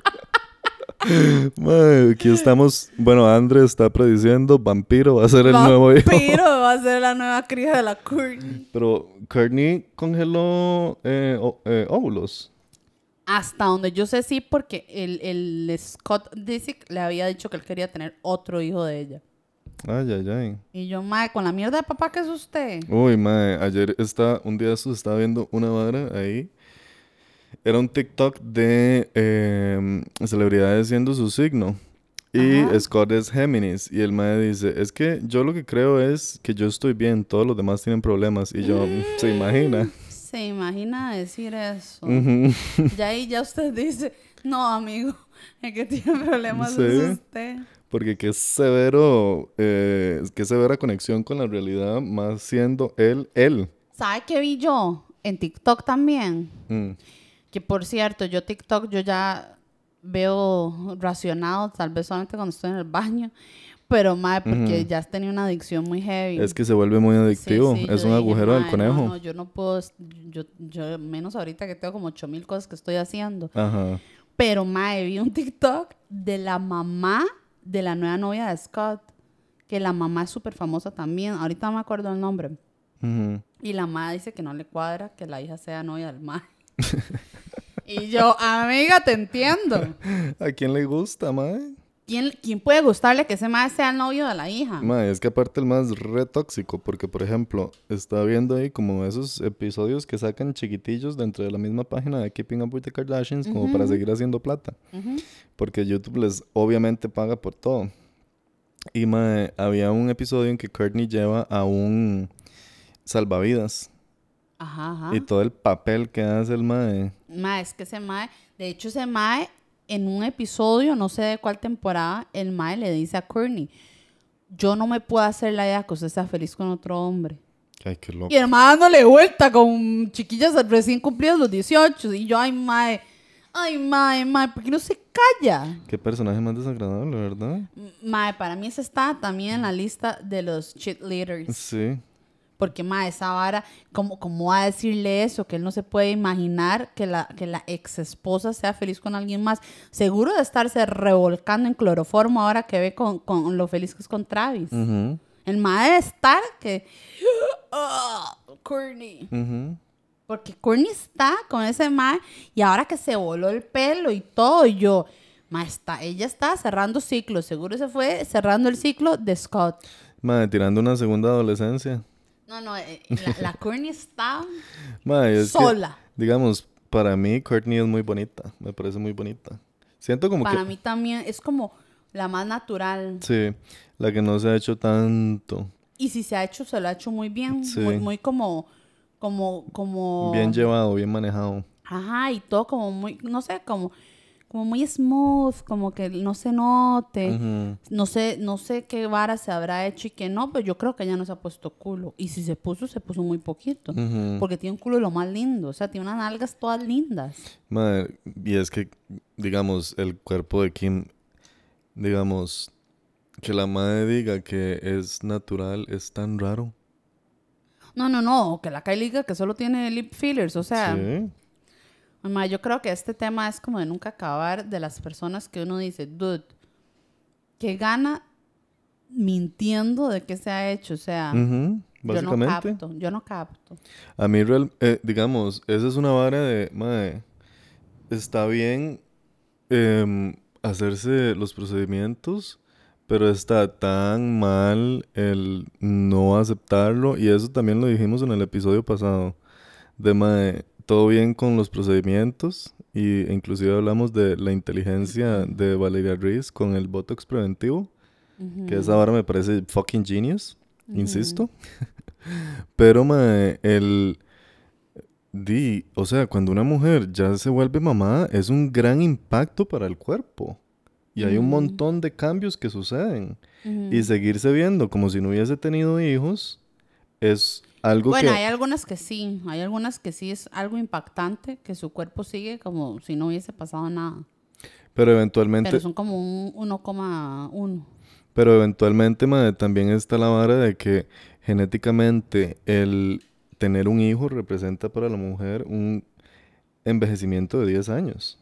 Mae, aquí estamos. Bueno, Andre está prediciendo Vampiro va a ser el nuevo hijo. Vampiro va a ser la nueva cría de la Courtney. Pero Courtney congeló óvulos. Hasta donde yo sé sí, porque el Scott Disick le había dicho que él quería tener otro hijo de ella. Ay, ay, ay. Y yo, mae, con la mierda de papá que es usted. Uy, mae, un día de estos estaba viendo una vara ahí. Era un TikTok de celebridades siendo su signo. Y Ajá. Scott es Géminis. Y el mae dice, es que yo lo que creo es que yo estoy bien, todos los demás tienen problemas. Y yo, ¿se imagina? Se imagina decir eso. Ujú. Ya ahí ya usted dice, no, amigo, el que tiene problemas es Sí, usted. porque qué severo, qué severa conexión con la realidad, más siendo él. ¿Sabe qué vi yo? En TikTok también. Mm, Que por cierto, yo TikTok yo ya veo racionado, tal vez solamente cuando estoy en el baño, pero mae, porque ujú. ya tenía una adicción muy heavy. Es que se vuelve muy Sí, adictivo, sí, es yo un dije, agujero del mae, no, conejo. no, yo no puedo, yo menos ahorita que tengo como 8,000 cosas que estoy haciendo. Ajá. Pero mae, vi un TikTok de la mamá de la nueva novia de Scott, que la mamá es súper famosa también, ahorita no me acuerdo el nombre. Ujú. Y la mamá dice que no le cuadra que la hija sea novia del mae. Y yo, amiga, te entiendo. ¿A quién le gusta, mae? ¿Quién puede gustarle que ese mae sea el novio de la hija? Mae, es que aparte el más re tóxico, porque por ejemplo, está viendo ahí como esos episodios que sacan chiquitillos dentro de la misma página de Keeping Up with the Kardashians como para Ujú, seguir haciendo plata, ujú. porque YouTube les obviamente paga por todo. Y mae, había un episodio en que Courtney lleva a un salvavidas Ajá, y ajá. todo el papel que hace el mae. Mae, es que ese mae, de hecho ese mae, en un episodio, no sé de cuál temporada, el mae le dice a Courtney, yo no me puedo hacer la idea que usted sea feliz con otro hombre. Ay, qué Y el loco. mae dándole vuelta con chiquillas recién cumplidas los 18. Y yo, ay, mae, ¿por qué no se calla? Qué personaje más desagradable, ¿verdad? Mae, para mí ese está también en la lista de los cheat leaders. Sí. Porque, mae, esa vara, ¿cómo va a decirle eso? Que él no se puede imaginar que la ex esposa sea feliz con alguien más. Seguro de estarse revolcando en cloroformo ahora que ve con lo feliz que es con Travis. Ujú, El mae debe estar que... Courtney. ujú. Porque Courtney está con ese mae y ahora que se voló el pelo y todo, y yo... Mae, ella está cerrando ciclos. Seguro se fue cerrando el ciclo de Scott. Mae, tirando una segunda adolescencia. No, la Courtney está Mae, es que, sola. digamos, para mí Courtney es muy bonita. Me parece muy bonita. Siento como que, Para mí también es como la más natural. sí, la que no se ha hecho tanto. Y si se ha hecho, se lo ha hecho muy bien. Muy, Sí, muy como, bien llevado, bien manejado. ajá, y todo como muy, no sé, como como muy smooth, como que no se note. Ujú. No sé qué vara se habrá hecho y qué no, pero yo creo que ella no se ha puesto culo. Y si se puso muy poquito. Ujú. Porque tiene un culo de lo más lindo. O sea, tiene unas nalgas todas lindas. Mae, y es que, digamos, el cuerpo de Kim, digamos, que la madre diga que es natural es tan raro. No, que la Kylie diga que solo tiene lip fillers. O sea, Sí. mamá, yo creo que este tema es como de nunca acabar de las personas que uno dice, dude, ¿qué gana mintiendo de qué se ha hecho? O sea, Ujú, básicamente. yo no capto. A mí, digamos, esa es una vara de, mae, está bien hacerse los procedimientos, pero está tan mal el no aceptarlo, y eso también lo dijimos en el episodio pasado, de mae, todo bien con los procedimientos, y inclusive hablamos de la inteligencia de Valeria Ruiz con el Botox preventivo, que esa vara me parece fucking genius, insisto, pero mae, o sea, cuando una mujer ya se vuelve mamá, es un gran impacto para el cuerpo. Y hay un montón de cambios que suceden. Y seguirse viendo como si no hubiese tenido hijos es algo Bueno, que... hay algunas que sí es algo impactante, que su cuerpo sigue como si no hubiese pasado nada. Pero eventualmente, Pero son como un 1,1. mae, también está la vara de que genéticamente el tener un hijo representa para la mujer un envejecimiento de 10 años.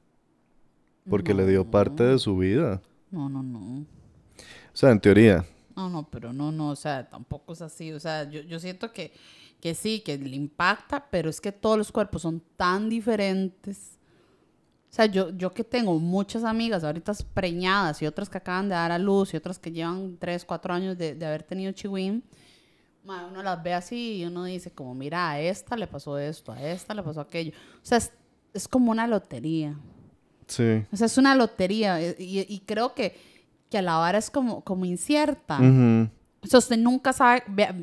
Porque le dio parte de No, su vida. no. O sea, en teoría. No, pero no, o sea, tampoco es así. O sea, yo siento que sí, que le impacta, pero es que todos los cuerpos son tan diferentes. O sea, yo que tengo muchas amigas ahorita preñadas y otras que acaban de dar a luz y otras que llevan 3, 4 años de haber tenido chihuín, uno las ve así y uno dice como, mira, a esta le pasó esto, a esta le pasó aquello. O sea, es como una lotería. Sí. O sea, es una lotería y creo que la vara es como incierta. Ujú. O sea, usted nunca sabe,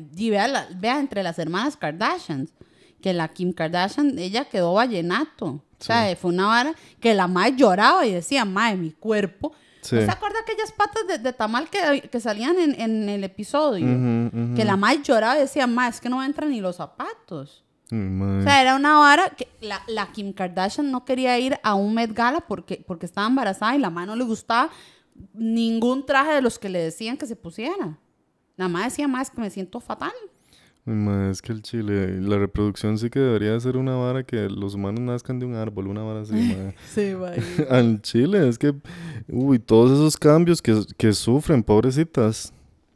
vea entre las hermanas Kardashians, que la Kim Kardashian, ella quedó vallenato. O sea, fue una vara que la madre lloraba y decía, madre, mi cuerpo. Sí. ¿No se acuerda aquellas patas de tamal que salían en el episodio? Ujú. Que la madre lloraba y decía, madre, es que no entran ni los zapatos. Ay, O mae. sea, era una vara que la Kim Kardashian no quería ir a un Met Gala porque estaba embarazada y la madre no le gustaba ningún traje de los que le decían que se pusiera. La madre decía, más que me siento fatal. Ay, mae, es que el chile, la reproducción sí que debería ser una vara que los humanos nazcan de un árbol, una vara así, mae. Sí, vaya. Al chile, es que, uy, todos esos cambios que sufren, pobrecitas.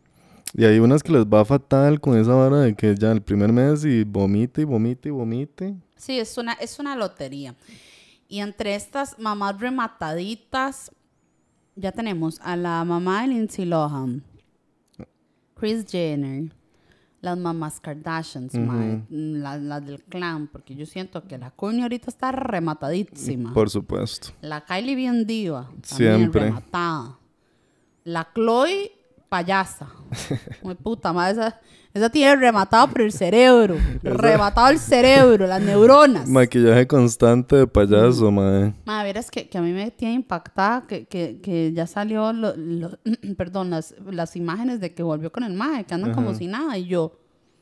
Y hay unas que les va fatal con esa vara de que ya el primer mes y vomite y vomite y vomite. Sí, es una lotería. Y entre estas mamás remataditas, ya tenemos a la mamá de Lindsay Lohan, Kris Jenner, las mamás Kardashians, mae, las del clan, porque yo siento que la Kourtney ahorita está rematadísima. Por supuesto. La Kylie bien diva, también Siempre. rematada. La Chloe payasa. Muy puta madre, esa tiene rematado por el cerebro, rematado el cerebro, las neuronas. Maquillaje constante de payaso, mae. Madre, verás que a mí me tiene impactada que ya salió perdón, las imágenes de que volvió con el mae, que andan como si nada, y yo,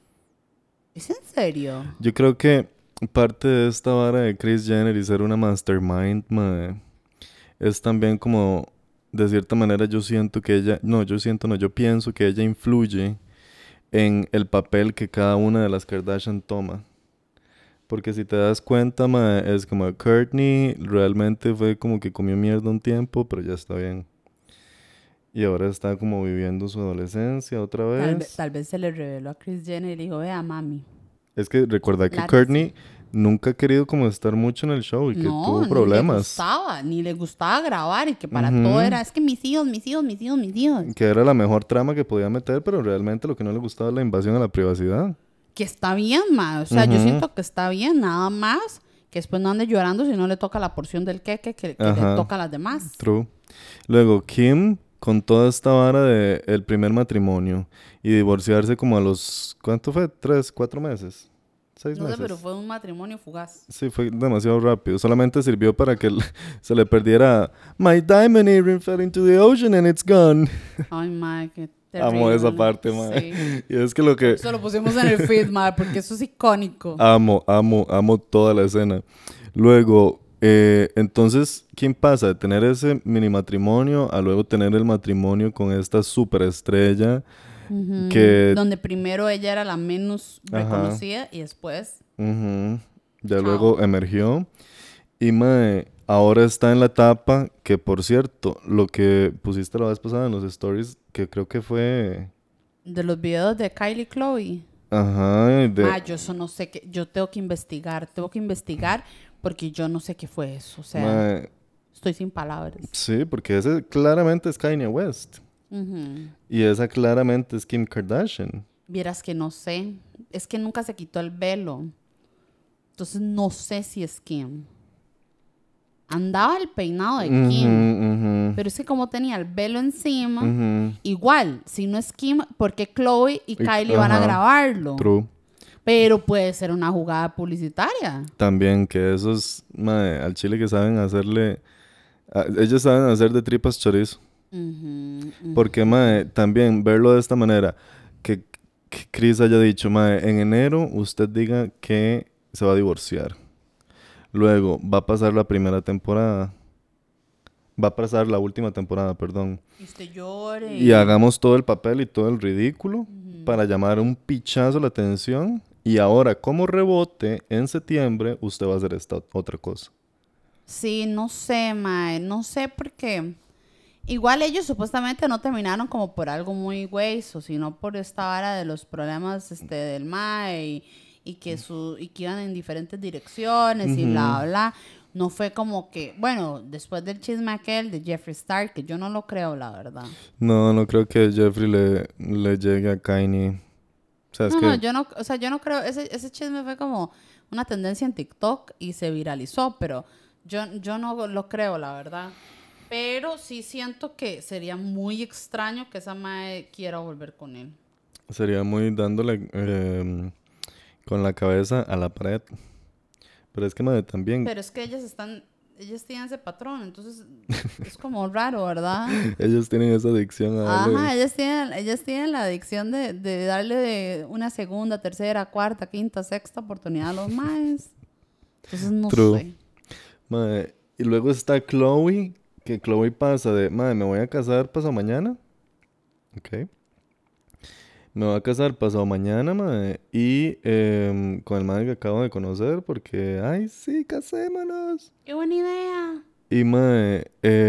¿es en serio? Yo creo que parte de esta vara de Kris Jenner y ser una mastermind, mae, es también como, de cierta manera yo siento que ella, yo pienso que ella influye en el papel que cada una de las Kardashian toma. Porque si te das cuenta, mae, es como Kourtney realmente fue como que comió mierda un tiempo, pero ya está bien. Y ahora está como viviendo su adolescencia otra vez. Tal vez se le reveló a Kris Jenner y le dijo, vea, mami. Es que recuerda que Claro, Kourtney nunca ha querido como estar mucho en el show y que tuvo problemas. Ni le gustaba grabar y que para todo era, es que mis hijos. Que era la mejor trama que podía meter, pero realmente lo que no le gustaba es la invasión a la privacidad. Que está bien, ma. O sea, yo siento que está bien, nada más que después no ande llorando si no le toca la porción del queque que le toca a las demás. True. Luego, Kim, con toda esta vara de el primer matrimonio y divorciarse como a los, ¿cuánto fue? 3, 4 meses. 6 No sé, meses. pero fue un matrimonio fugaz. Sí, fue demasiado rápido. Solamente sirvió para que se le perdiera My diamond earring fell into the ocean and it's gone. Ay, mae, qué Amo esa terrible. parte, mae. Sí. Y es que lo Por que eso lo pusimos en el feed, mae, porque eso es icónico. amo toda la escena. Luego, entonces, ¿quién pasa de tener ese mini matrimonio a luego tener el matrimonio con esta superestrella que... Donde primero ella era la menos Ajá. reconocida y después... Ujú, ya Chao. luego emergió. Y mae, ahora está en la etapa que, por cierto, lo que pusiste la vez pasada en los stories, que creo que fue... De los videos de Kylie Chloe. Ajá, Ma, yo eso no sé qué... Yo tengo que investigar porque yo no sé qué fue eso. O sea, mae, estoy sin palabras. sí, porque ese claramente es Kanye West. Ujú. Y esa claramente es Kim Kardashian. Vieras que no sé. Es que nunca se quitó el velo. Entonces no sé si es Kim. Andaba el peinado de Kim. Pero es que como tenía el velo encima, igual, si no es Kim, ¿por qué Chloe y Kylie van a grabarlo? True. Pero puede ser una jugada publicitaria. También que esos, mae, al chile que saben hacerle... ellos saben hacer de tripas chorizo. Porque, mae, también verlo de esta manera, que Chris haya dicho, mae, en enero usted diga que se va a divorciar. Luego va a pasar la primera temporada. Va a pasar la última temporada, perdón. Y usted llore. Y hagamos todo el papel y todo el ridículo para llamar un pichazo la atención. Y ahora, como rebote, en septiembre, usted va a hacer esta otra cosa. Sí, no sé, mae. No sé por qué. Igual ellos supuestamente no terminaron como por algo muy hueso, sino por esta vara de los problemas del mae y que iban en diferentes direcciones y bla, bla, bla. No fue como que, bueno, después del chisme aquel de Jeffree Star, que yo no lo creo, la verdad. No creo que Jeffree le llegue a Kanye. O sea, es que... yo no creo, ese chisme fue como una tendencia en TikTok y se viralizó, pero yo no lo creo, la verdad. Pero sí siento que sería muy extraño que esa mae quiera volver con él. Sería muy dándole con la cabeza a la pared. Pero es que, madre, también... Pero es que ellas tienen ese patrón, entonces es como raro, ¿verdad? ellos tienen esa adicción a darle... Ajá, ellas tienen la adicción de darle de una segunda, tercera, cuarta, quinta, sexta oportunidad a los maes. Entonces no True. sé. Madre, y luego está Chloe, que Chloe pasa de, madre, me voy a casar pasado mañana. Ok. Me voy a casar pasado mañana, madre. Y con el madre que acabo de conocer, porque, ay, sí, casémonos. ¡Qué buena idea! Y, madre,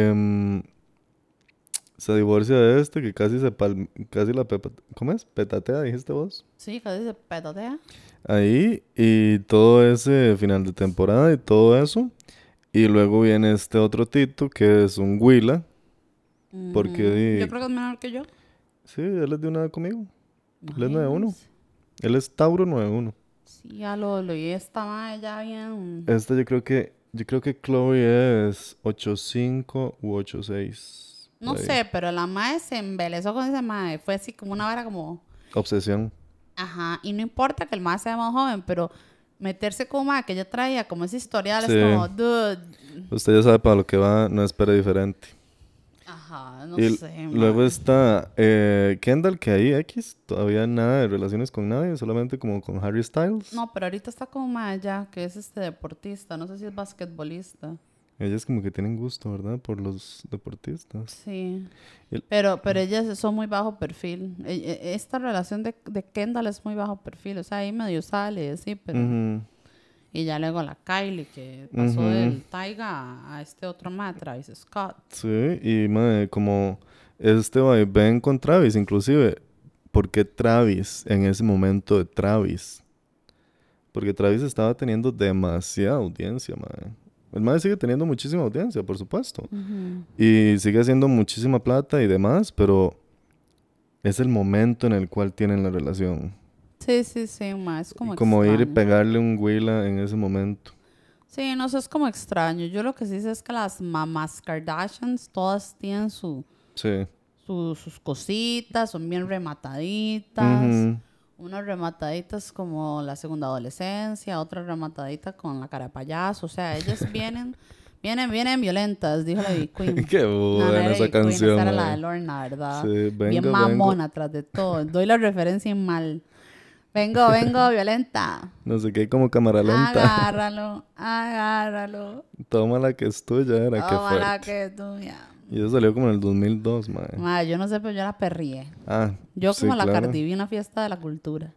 se divorcia de este, que casi la ¿cómo es? Petatea, dijiste vos. Sí, casi se petotea. Ahí, y todo ese final de temporada y todo eso. Y luego viene este otro Tito, que es un Huila. Porque... Yo creo que es menor que yo. Sí, él es de una edad conmigo. Él es 9-1. Imagínense. Él es Tauro 9-1. Sí, ya lo oí. Esta mae ya bien... Esta yo creo que Chloe es 8-5 u 8-6. No por ahí. sé, pero la mae se embelezó con ese mae. Fue así como una vara como... Obsesión. Ajá. Y no importa que el mae sea más joven, pero meterse con un mae que ella traía como ese historial Sí. es como... Dude. Usted ya sabe para lo que va, no espere diferente. Ajá, no Y sé, luego mae. está Kendall, que ahí X, todavía nada de relaciones con nadie, solamente como con Harry Styles. No, pero ahorita está con un mae ya, que es deportista. No sé si es basquetbolista. Ellas como que tienen gusto, ¿verdad? Por los deportistas. Sí. Y- Pero ellas son muy bajo perfil. Esta relación de Kendall es muy bajo perfil. O sea, ahí medio sale, sí, pero... Ujú. Y ya luego la Kylie, que pasó Ujú. del Taiga a este otro mae, Travis Scott. Sí, y madre, como este vaivén con Travis, inclusive, ¿por qué Travis en ese momento de Travis? Porque Travis estaba teniendo demasiada audiencia, madre. El madre sigue teniendo muchísima audiencia, por supuesto. Y sigue haciendo muchísima plata y demás, pero es el momento en el cual tienen la relación. Sí, mae, es como Como ir y extraño. pegarle un Willa en ese momento. Sí, no sé, es como extraño. Yo lo que sí sé es que las mamás Kardashians todas tienen Sí. sus cositas, son bien remataditas. Ujú. Unas remataditas como la segunda adolescencia, otra rematadita con la cara de payaso. O sea, ellas vienen violentas, dijo la Ivy Queen. Qué buena esa Ivy Queen, canción, esa era la mae. de Lorna, ¿verdad? Sí, Bien vengo. mamona tras de todo. Doy la referencia en mal. Vengo, violenta. No sé qué, como cámara lenta. Agárralo. Toma la que es tuya, era, qué Ojalá fuerte. que tuya. Y eso salió como en el 2002, mae. Madre, yo no sé, pero yo la perrié. Ah, Yo sí, como la claro. Cardi B, una fiesta de la cultura.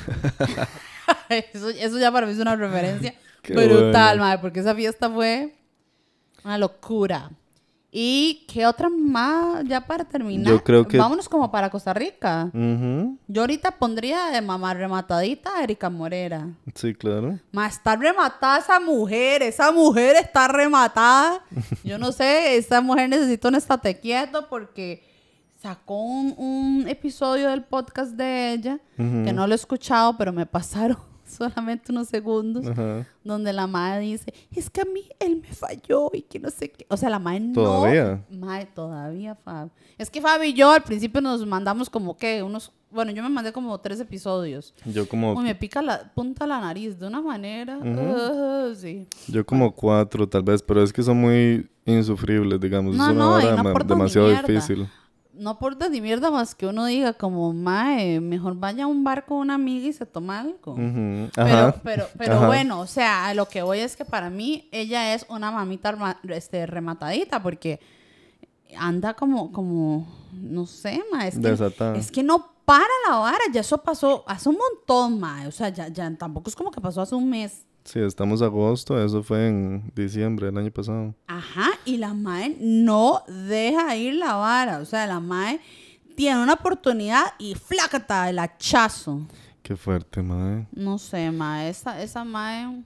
Eso ya para mí es una referencia Qué brutal, bueno. madre, porque esa fiesta fue una locura. ¿Y qué otra más? Ya para terminar, Yo creo que... vámonos como para Costa Rica. Ujú, Yo ahorita pondría de mamá rematadita a Erika Morera. sí, claro. Está rematada esa mujer está rematada. Yo no sé, esa mujer necesita un estate quieto porque sacó un episodio del podcast de ella, que no lo he escuchado, pero me pasaron solamente unos segundos, Ajá. donde la madre dice, es que a mí él me falló y que no sé qué. O sea, la madre ¿Todavía? no... Madre, todavía, Fab. Es que Fab y yo al principio nos mandamos como que unos... Bueno, yo me mandé como 3 episodios. Yo como... Uy, me pica la punta de la nariz de una manera. Sí. Yo Bueno. como 4 tal vez, pero es que son muy insufribles, digamos. Es No, una no, y hora no aportan ni demasiado mierda. difícil. No aporta ni mierda más que uno diga como, mae, mejor vaya a un bar con una amiga y se toma algo. Ujú, ajá. Pero Ajá. bueno, o sea, a lo que voy es que para mí ella es una mamita rematadita porque anda como, no sé, mae, Desatada. es que no para la vara, ya eso pasó hace un montón, mae, o sea, ya tampoco es como que pasó hace un mes. Sí, estamos agosto, eso fue en diciembre del año pasado. Ajá, y la mae no deja ir la vara. O sea, la mae tiene una oportunidad y flácata el hachazo. Qué fuerte, madre. No sé, mae, esa mae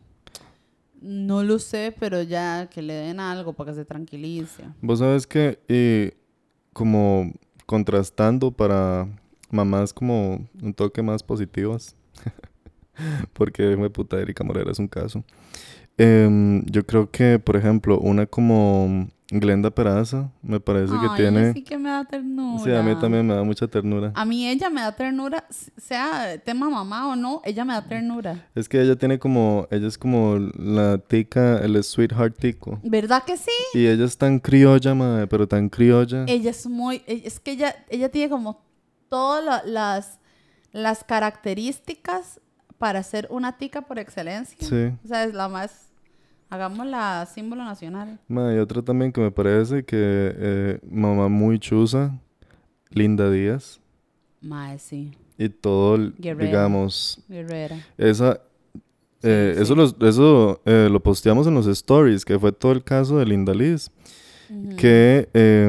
no lo sé, pero ya que le den algo para que se tranquilice. Vos sabes que, y como contrastando para mamás como un toque más positivas, porque me puta Erika Morera es un caso. Yo creo que, por ejemplo, una como Glenda Peraza, me parece que Ay, ella tiene... sí que me da Sí, a mí ternura. también me da mucha ternura. A mí ella me da ternura, sea tema mamá o no, ella me da ternura. Es que ella tiene como... Ella es como la tica, el sweetheart tico. ¿Verdad que sí? Y ella es tan criolla, madre, pero tan criolla. Ella es muy, es que ella tiene como todas las características para ser una tica por excelencia. Sí. O sea, es la más, hagámosla símbolo nacional. Ma, y otra también que me parece que mamá muy chusa, Linda Díaz. Mae, sí. Y todo, Guerrera. digamos, Guerrera. esa, Sí, eso, sí. lo posteamos en los stories, que fue todo el caso de Linda Liz. Que,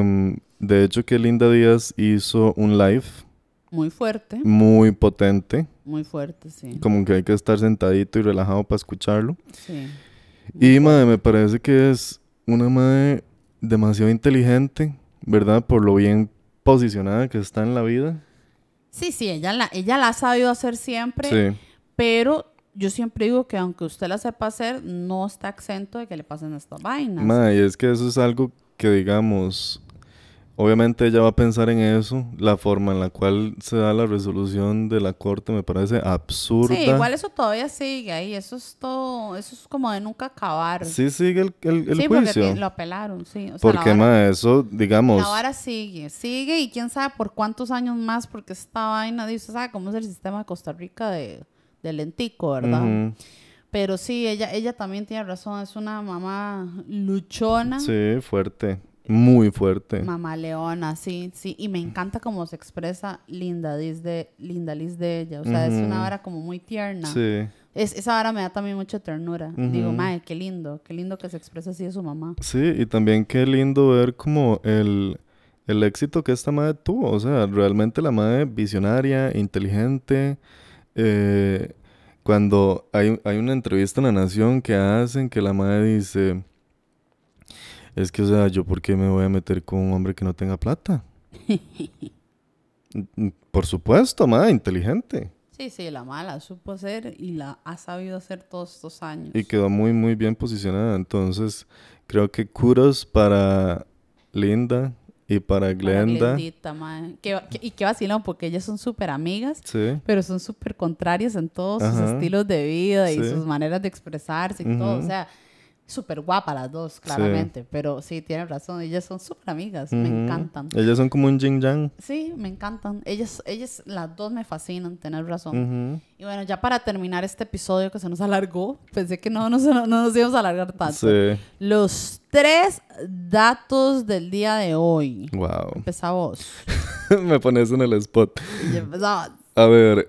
de hecho, que Linda Díaz hizo un live Muy fuerte. muy potente. Muy fuerte, sí. Como que hay que estar sentadito y relajado para escucharlo. Sí. Muy Y, madre, me fuerte. parece que es una madre demasiado inteligente, ¿verdad? Por lo bien posicionada que está en la vida. Sí, ella la ha sabido hacer siempre, Sí. pero yo siempre digo que aunque usted la sepa hacer, no está exento de que le pasen estas vainas. Madre, y es que eso es algo que, digamos, obviamente ella va a pensar en eso. La forma en la cual se da la resolución de la corte me parece absurda. Sí, igual eso todavía sigue ahí, eso es todo, eso es como de nunca acabar. Sí sigue el Sí, juicio. porque lo apelaron, sí. O sea, Porque, madre, eso, la digamos... vara sigue y quién sabe por cuántos años más, porque esta vaina, usted sabe cómo es el sistema de Costa Rica de lentico, ¿verdad? Ujú. Pero sí, ella también tiene razón, es una mamá luchona, Sí, fuerte. Muy fuerte. mamá leona, sí, sí, y me encanta cómo se expresa Linda Liz de ella, o sea, es una Ujú. vara como muy tierna. Sí. Esa vara me da también mucha ternura. Ujú. Digo, mae, qué lindo que se expresa así de su mamá. Sí, y también qué lindo ver como el éxito que esta madre tuvo. O sea, realmente la madre visionaria, inteligente. eh, Cuando hay una entrevista en La Nación que hacen que la madre dice, es que, o sea, ¿yo por qué me voy a meter con un hombre que no tenga plata? Por supuesto, madre, inteligente. Sí, sí, la mala supo hacer y la ha sabido hacer todos estos años. Y quedó muy, muy bien posicionada. Entonces, creo que kudos para Linda y para Glenda. Glendita, mae. Y qué vacilón, porque ellas son súper amigas, Sí. pero son súper contrarias en todos sus Ajá. estilos de vida y Sí. sus maneras de expresarse y todo. O sea, súper guapas las dos, claramente. Pero sí, tienen razón, ellas son súper amigas, me encantan. Ellas son como un yin yang. Sí, me encantan. Ellas, las dos me fascinan, tener razón. Y bueno, ya para terminar este episodio que se nos alargó, pensé que no nos íbamos a alargar tanto. Sí. Los 3 datos del día de hoy. Wow. Empezá vos. Me pones en el spot. Y empezamos. A ver,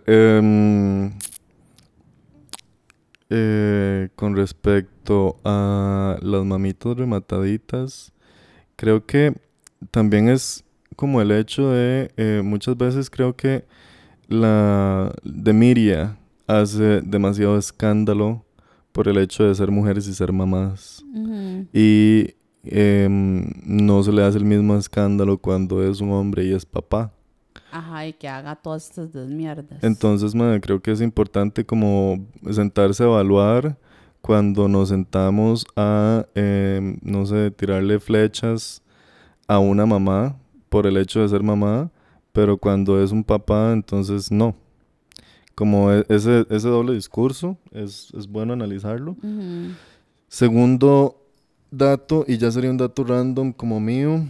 con respecto a las mamitas remataditas, creo que también es como el hecho de, muchas veces creo que la de Miria hace demasiado escándalo por el hecho de ser mujeres y ser mamás. Y no se le hace el mismo escándalo cuando es un hombre y es papá. Ajá, y que haga todas estas desmierdas. Entonces, madre, creo que es importante como sentarse a evaluar cuando nos sentamos a, no sé, tirarle flechas a una mamá por el hecho de ser mamá, pero cuando es un papá, entonces no. Como ese doble discurso, es bueno analizarlo. Segundo dato, y ya sería un dato random como mío,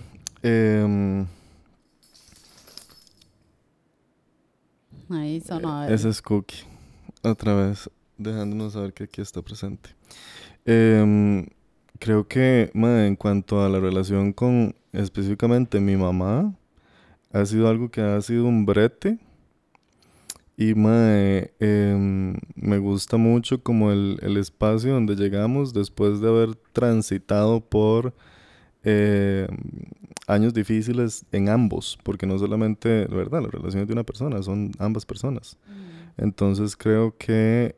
Ahí sonó. ese es Cookie. Otra vez, dejándonos saber que aquí está presente. Creo que, madre, en cuanto a la relación con específicamente mi mamá, ha sido algo que ha sido un brete. Y, madre, me gusta mucho como el espacio donde llegamos después de haber transitado por años difíciles en ambos, porque no solamente, de verdad, las relaciones de una persona, son ambas personas. Entonces creo que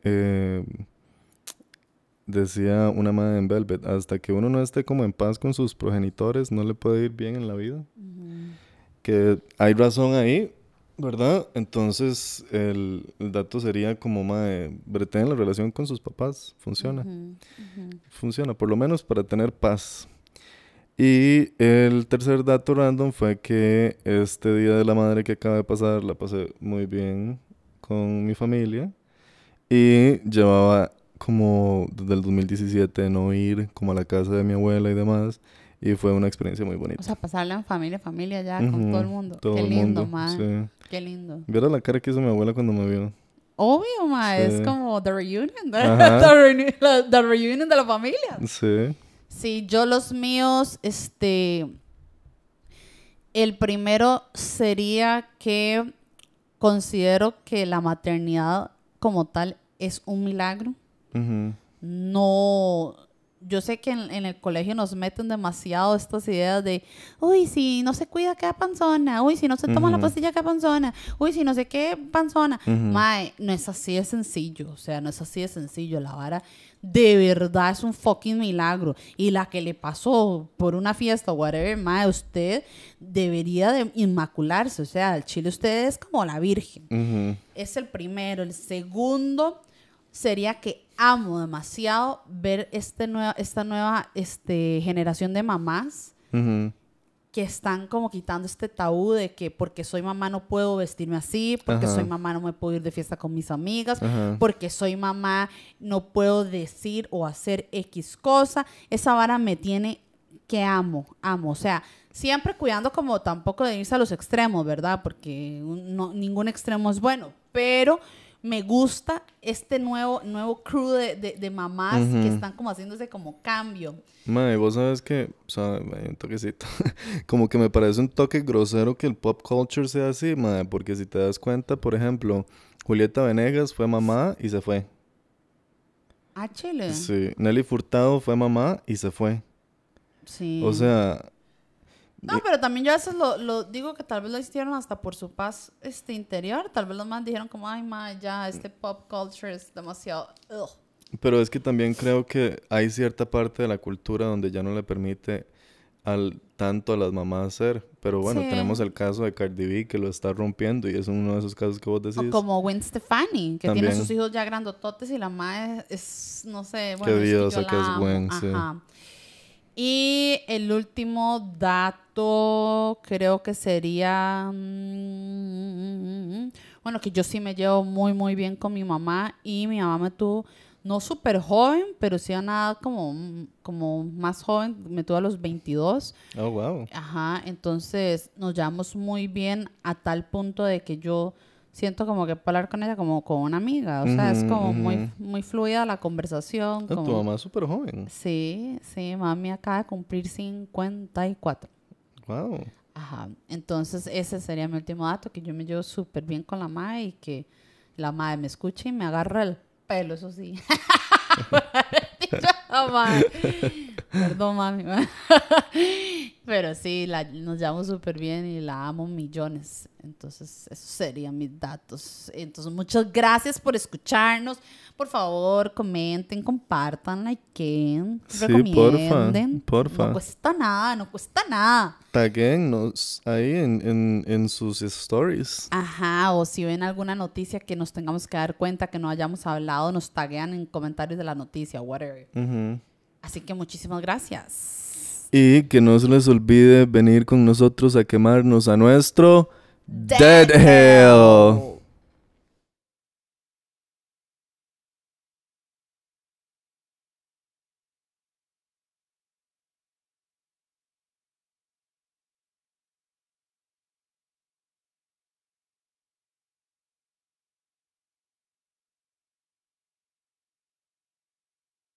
decía una madre en Velvet, hasta que uno no esté como en paz con sus progenitores, no le puede ir bien en la vida. Que hay razón ahí, ¿verdad? Entonces el dato sería como, madre, breten la relación con sus papás, funciona. Funciona, por lo menos para tener paz. Y el tercer dato random fue que este Día de la Madre que acaba de pasar la pasé muy bien con mi familia y llevaba como desde el 2017 de no ir como a la casa de mi abuela y demás y fue una experiencia muy bonita. O sea, pasarla en familia ya con todo el mundo. Todo Qué el lindo, mundo, ma. sí. Qué lindo. Viera la cara que hizo mi abuela cuando me vio. Obvio, ma. Sí. Es como the reunion. Ajá. The reunion de la familia. Sí. Sí, yo los míos, el primero sería que considero que la maternidad como tal es un milagro. No, yo sé que en el colegio nos meten demasiado estas ideas de, uy, si no se cuida queda panzona, uy, si no se toma la pastilla queda panzona, uy, si no sé qué panzona. Mae, no es así de sencillo, o sea, no es así de sencillo. La vara de verdad es un fucking milagro. Y la que le pasó por una fiesta o whatever, mae, usted debería de inmacularse, o sea, al chile usted es como la virgen. Es el primero. El segundo sería que amo demasiado ver esta nueva generación de mamás que están como quitando este tabú de que porque soy mamá no puedo vestirme así, porque soy mamá no me puedo ir de fiesta con mis amigas, porque soy mamá no puedo decir o hacer X cosa. Esa vara me tiene que amo. O sea, siempre cuidando como tampoco de irse a los extremos, ¿verdad? Porque ningún extremo es bueno, pero me gusta este nuevo crew de mamás que están como haciéndose como cambio. Mae, vos sabes que, o sea, un toquecito, como que me parece un toque grosero que el pop culture sea así, mae, porque si te das cuenta, por ejemplo, Julieta Venegas fue mamá y se fue. Ah, chile. Sí, Nelly Furtado fue mamá y se fue. Sí. O sea... No, pero también yo a veces lo digo que tal vez lo hicieron hasta por su paz interior. Tal vez los más dijeron como, ay, ma, ya, pop culture es demasiado... Ugh. Pero es que también creo que hay cierta parte de la cultura donde ya no le permite tanto a las mamás ser. Pero bueno, sí. Tenemos el caso de Cardi B que lo está rompiendo y es uno de esos casos que vos decís. O como Gwen Stefani, que también tiene sus hijos ya grandototes y la madre es no sé, bueno, qué diosa es que que es amo. Gwen, sí. Ajá. Y el último dato creo que sería, bueno, que yo sí me llevo muy, muy bien con mi mamá y mi mamá me tuvo, no súper joven, pero sí a una edad como más joven, me tuvo a los 22. Oh, wow. Ajá, entonces nos llevamos muy bien a tal punto de que yo siento como que puedo hablar con ella como con una amiga, o sea, es como muy, muy fluida la conversación. Tu Como... mamá es súper joven. Sí, sí, mami acaba de cumplir 54. Wow. Ajá, entonces ese sería mi último dato, que yo me llevo súper bien con la madre y que la madre me escuche y me agarra el pelo, eso sí. Perdón, mami. Pero sí, nos llevamos súper bien y la amo millones. Entonces, esos serían mis datos. Entonces, muchas gracias por escucharnos. Por favor, comenten, compartan, likeen, Sí, recomienden. porfa. No cuesta nada, no cuesta nada. Taguennos ahí en sus stories. Ajá, o si ven alguna noticia que nos tengamos que dar cuenta que no hayamos hablado, nos taguean en comentarios de la noticia, whatever. Así que muchísimas gracias. Y que no se les olvide venir con nosotros a quemarnos a nuestro Dead Hell.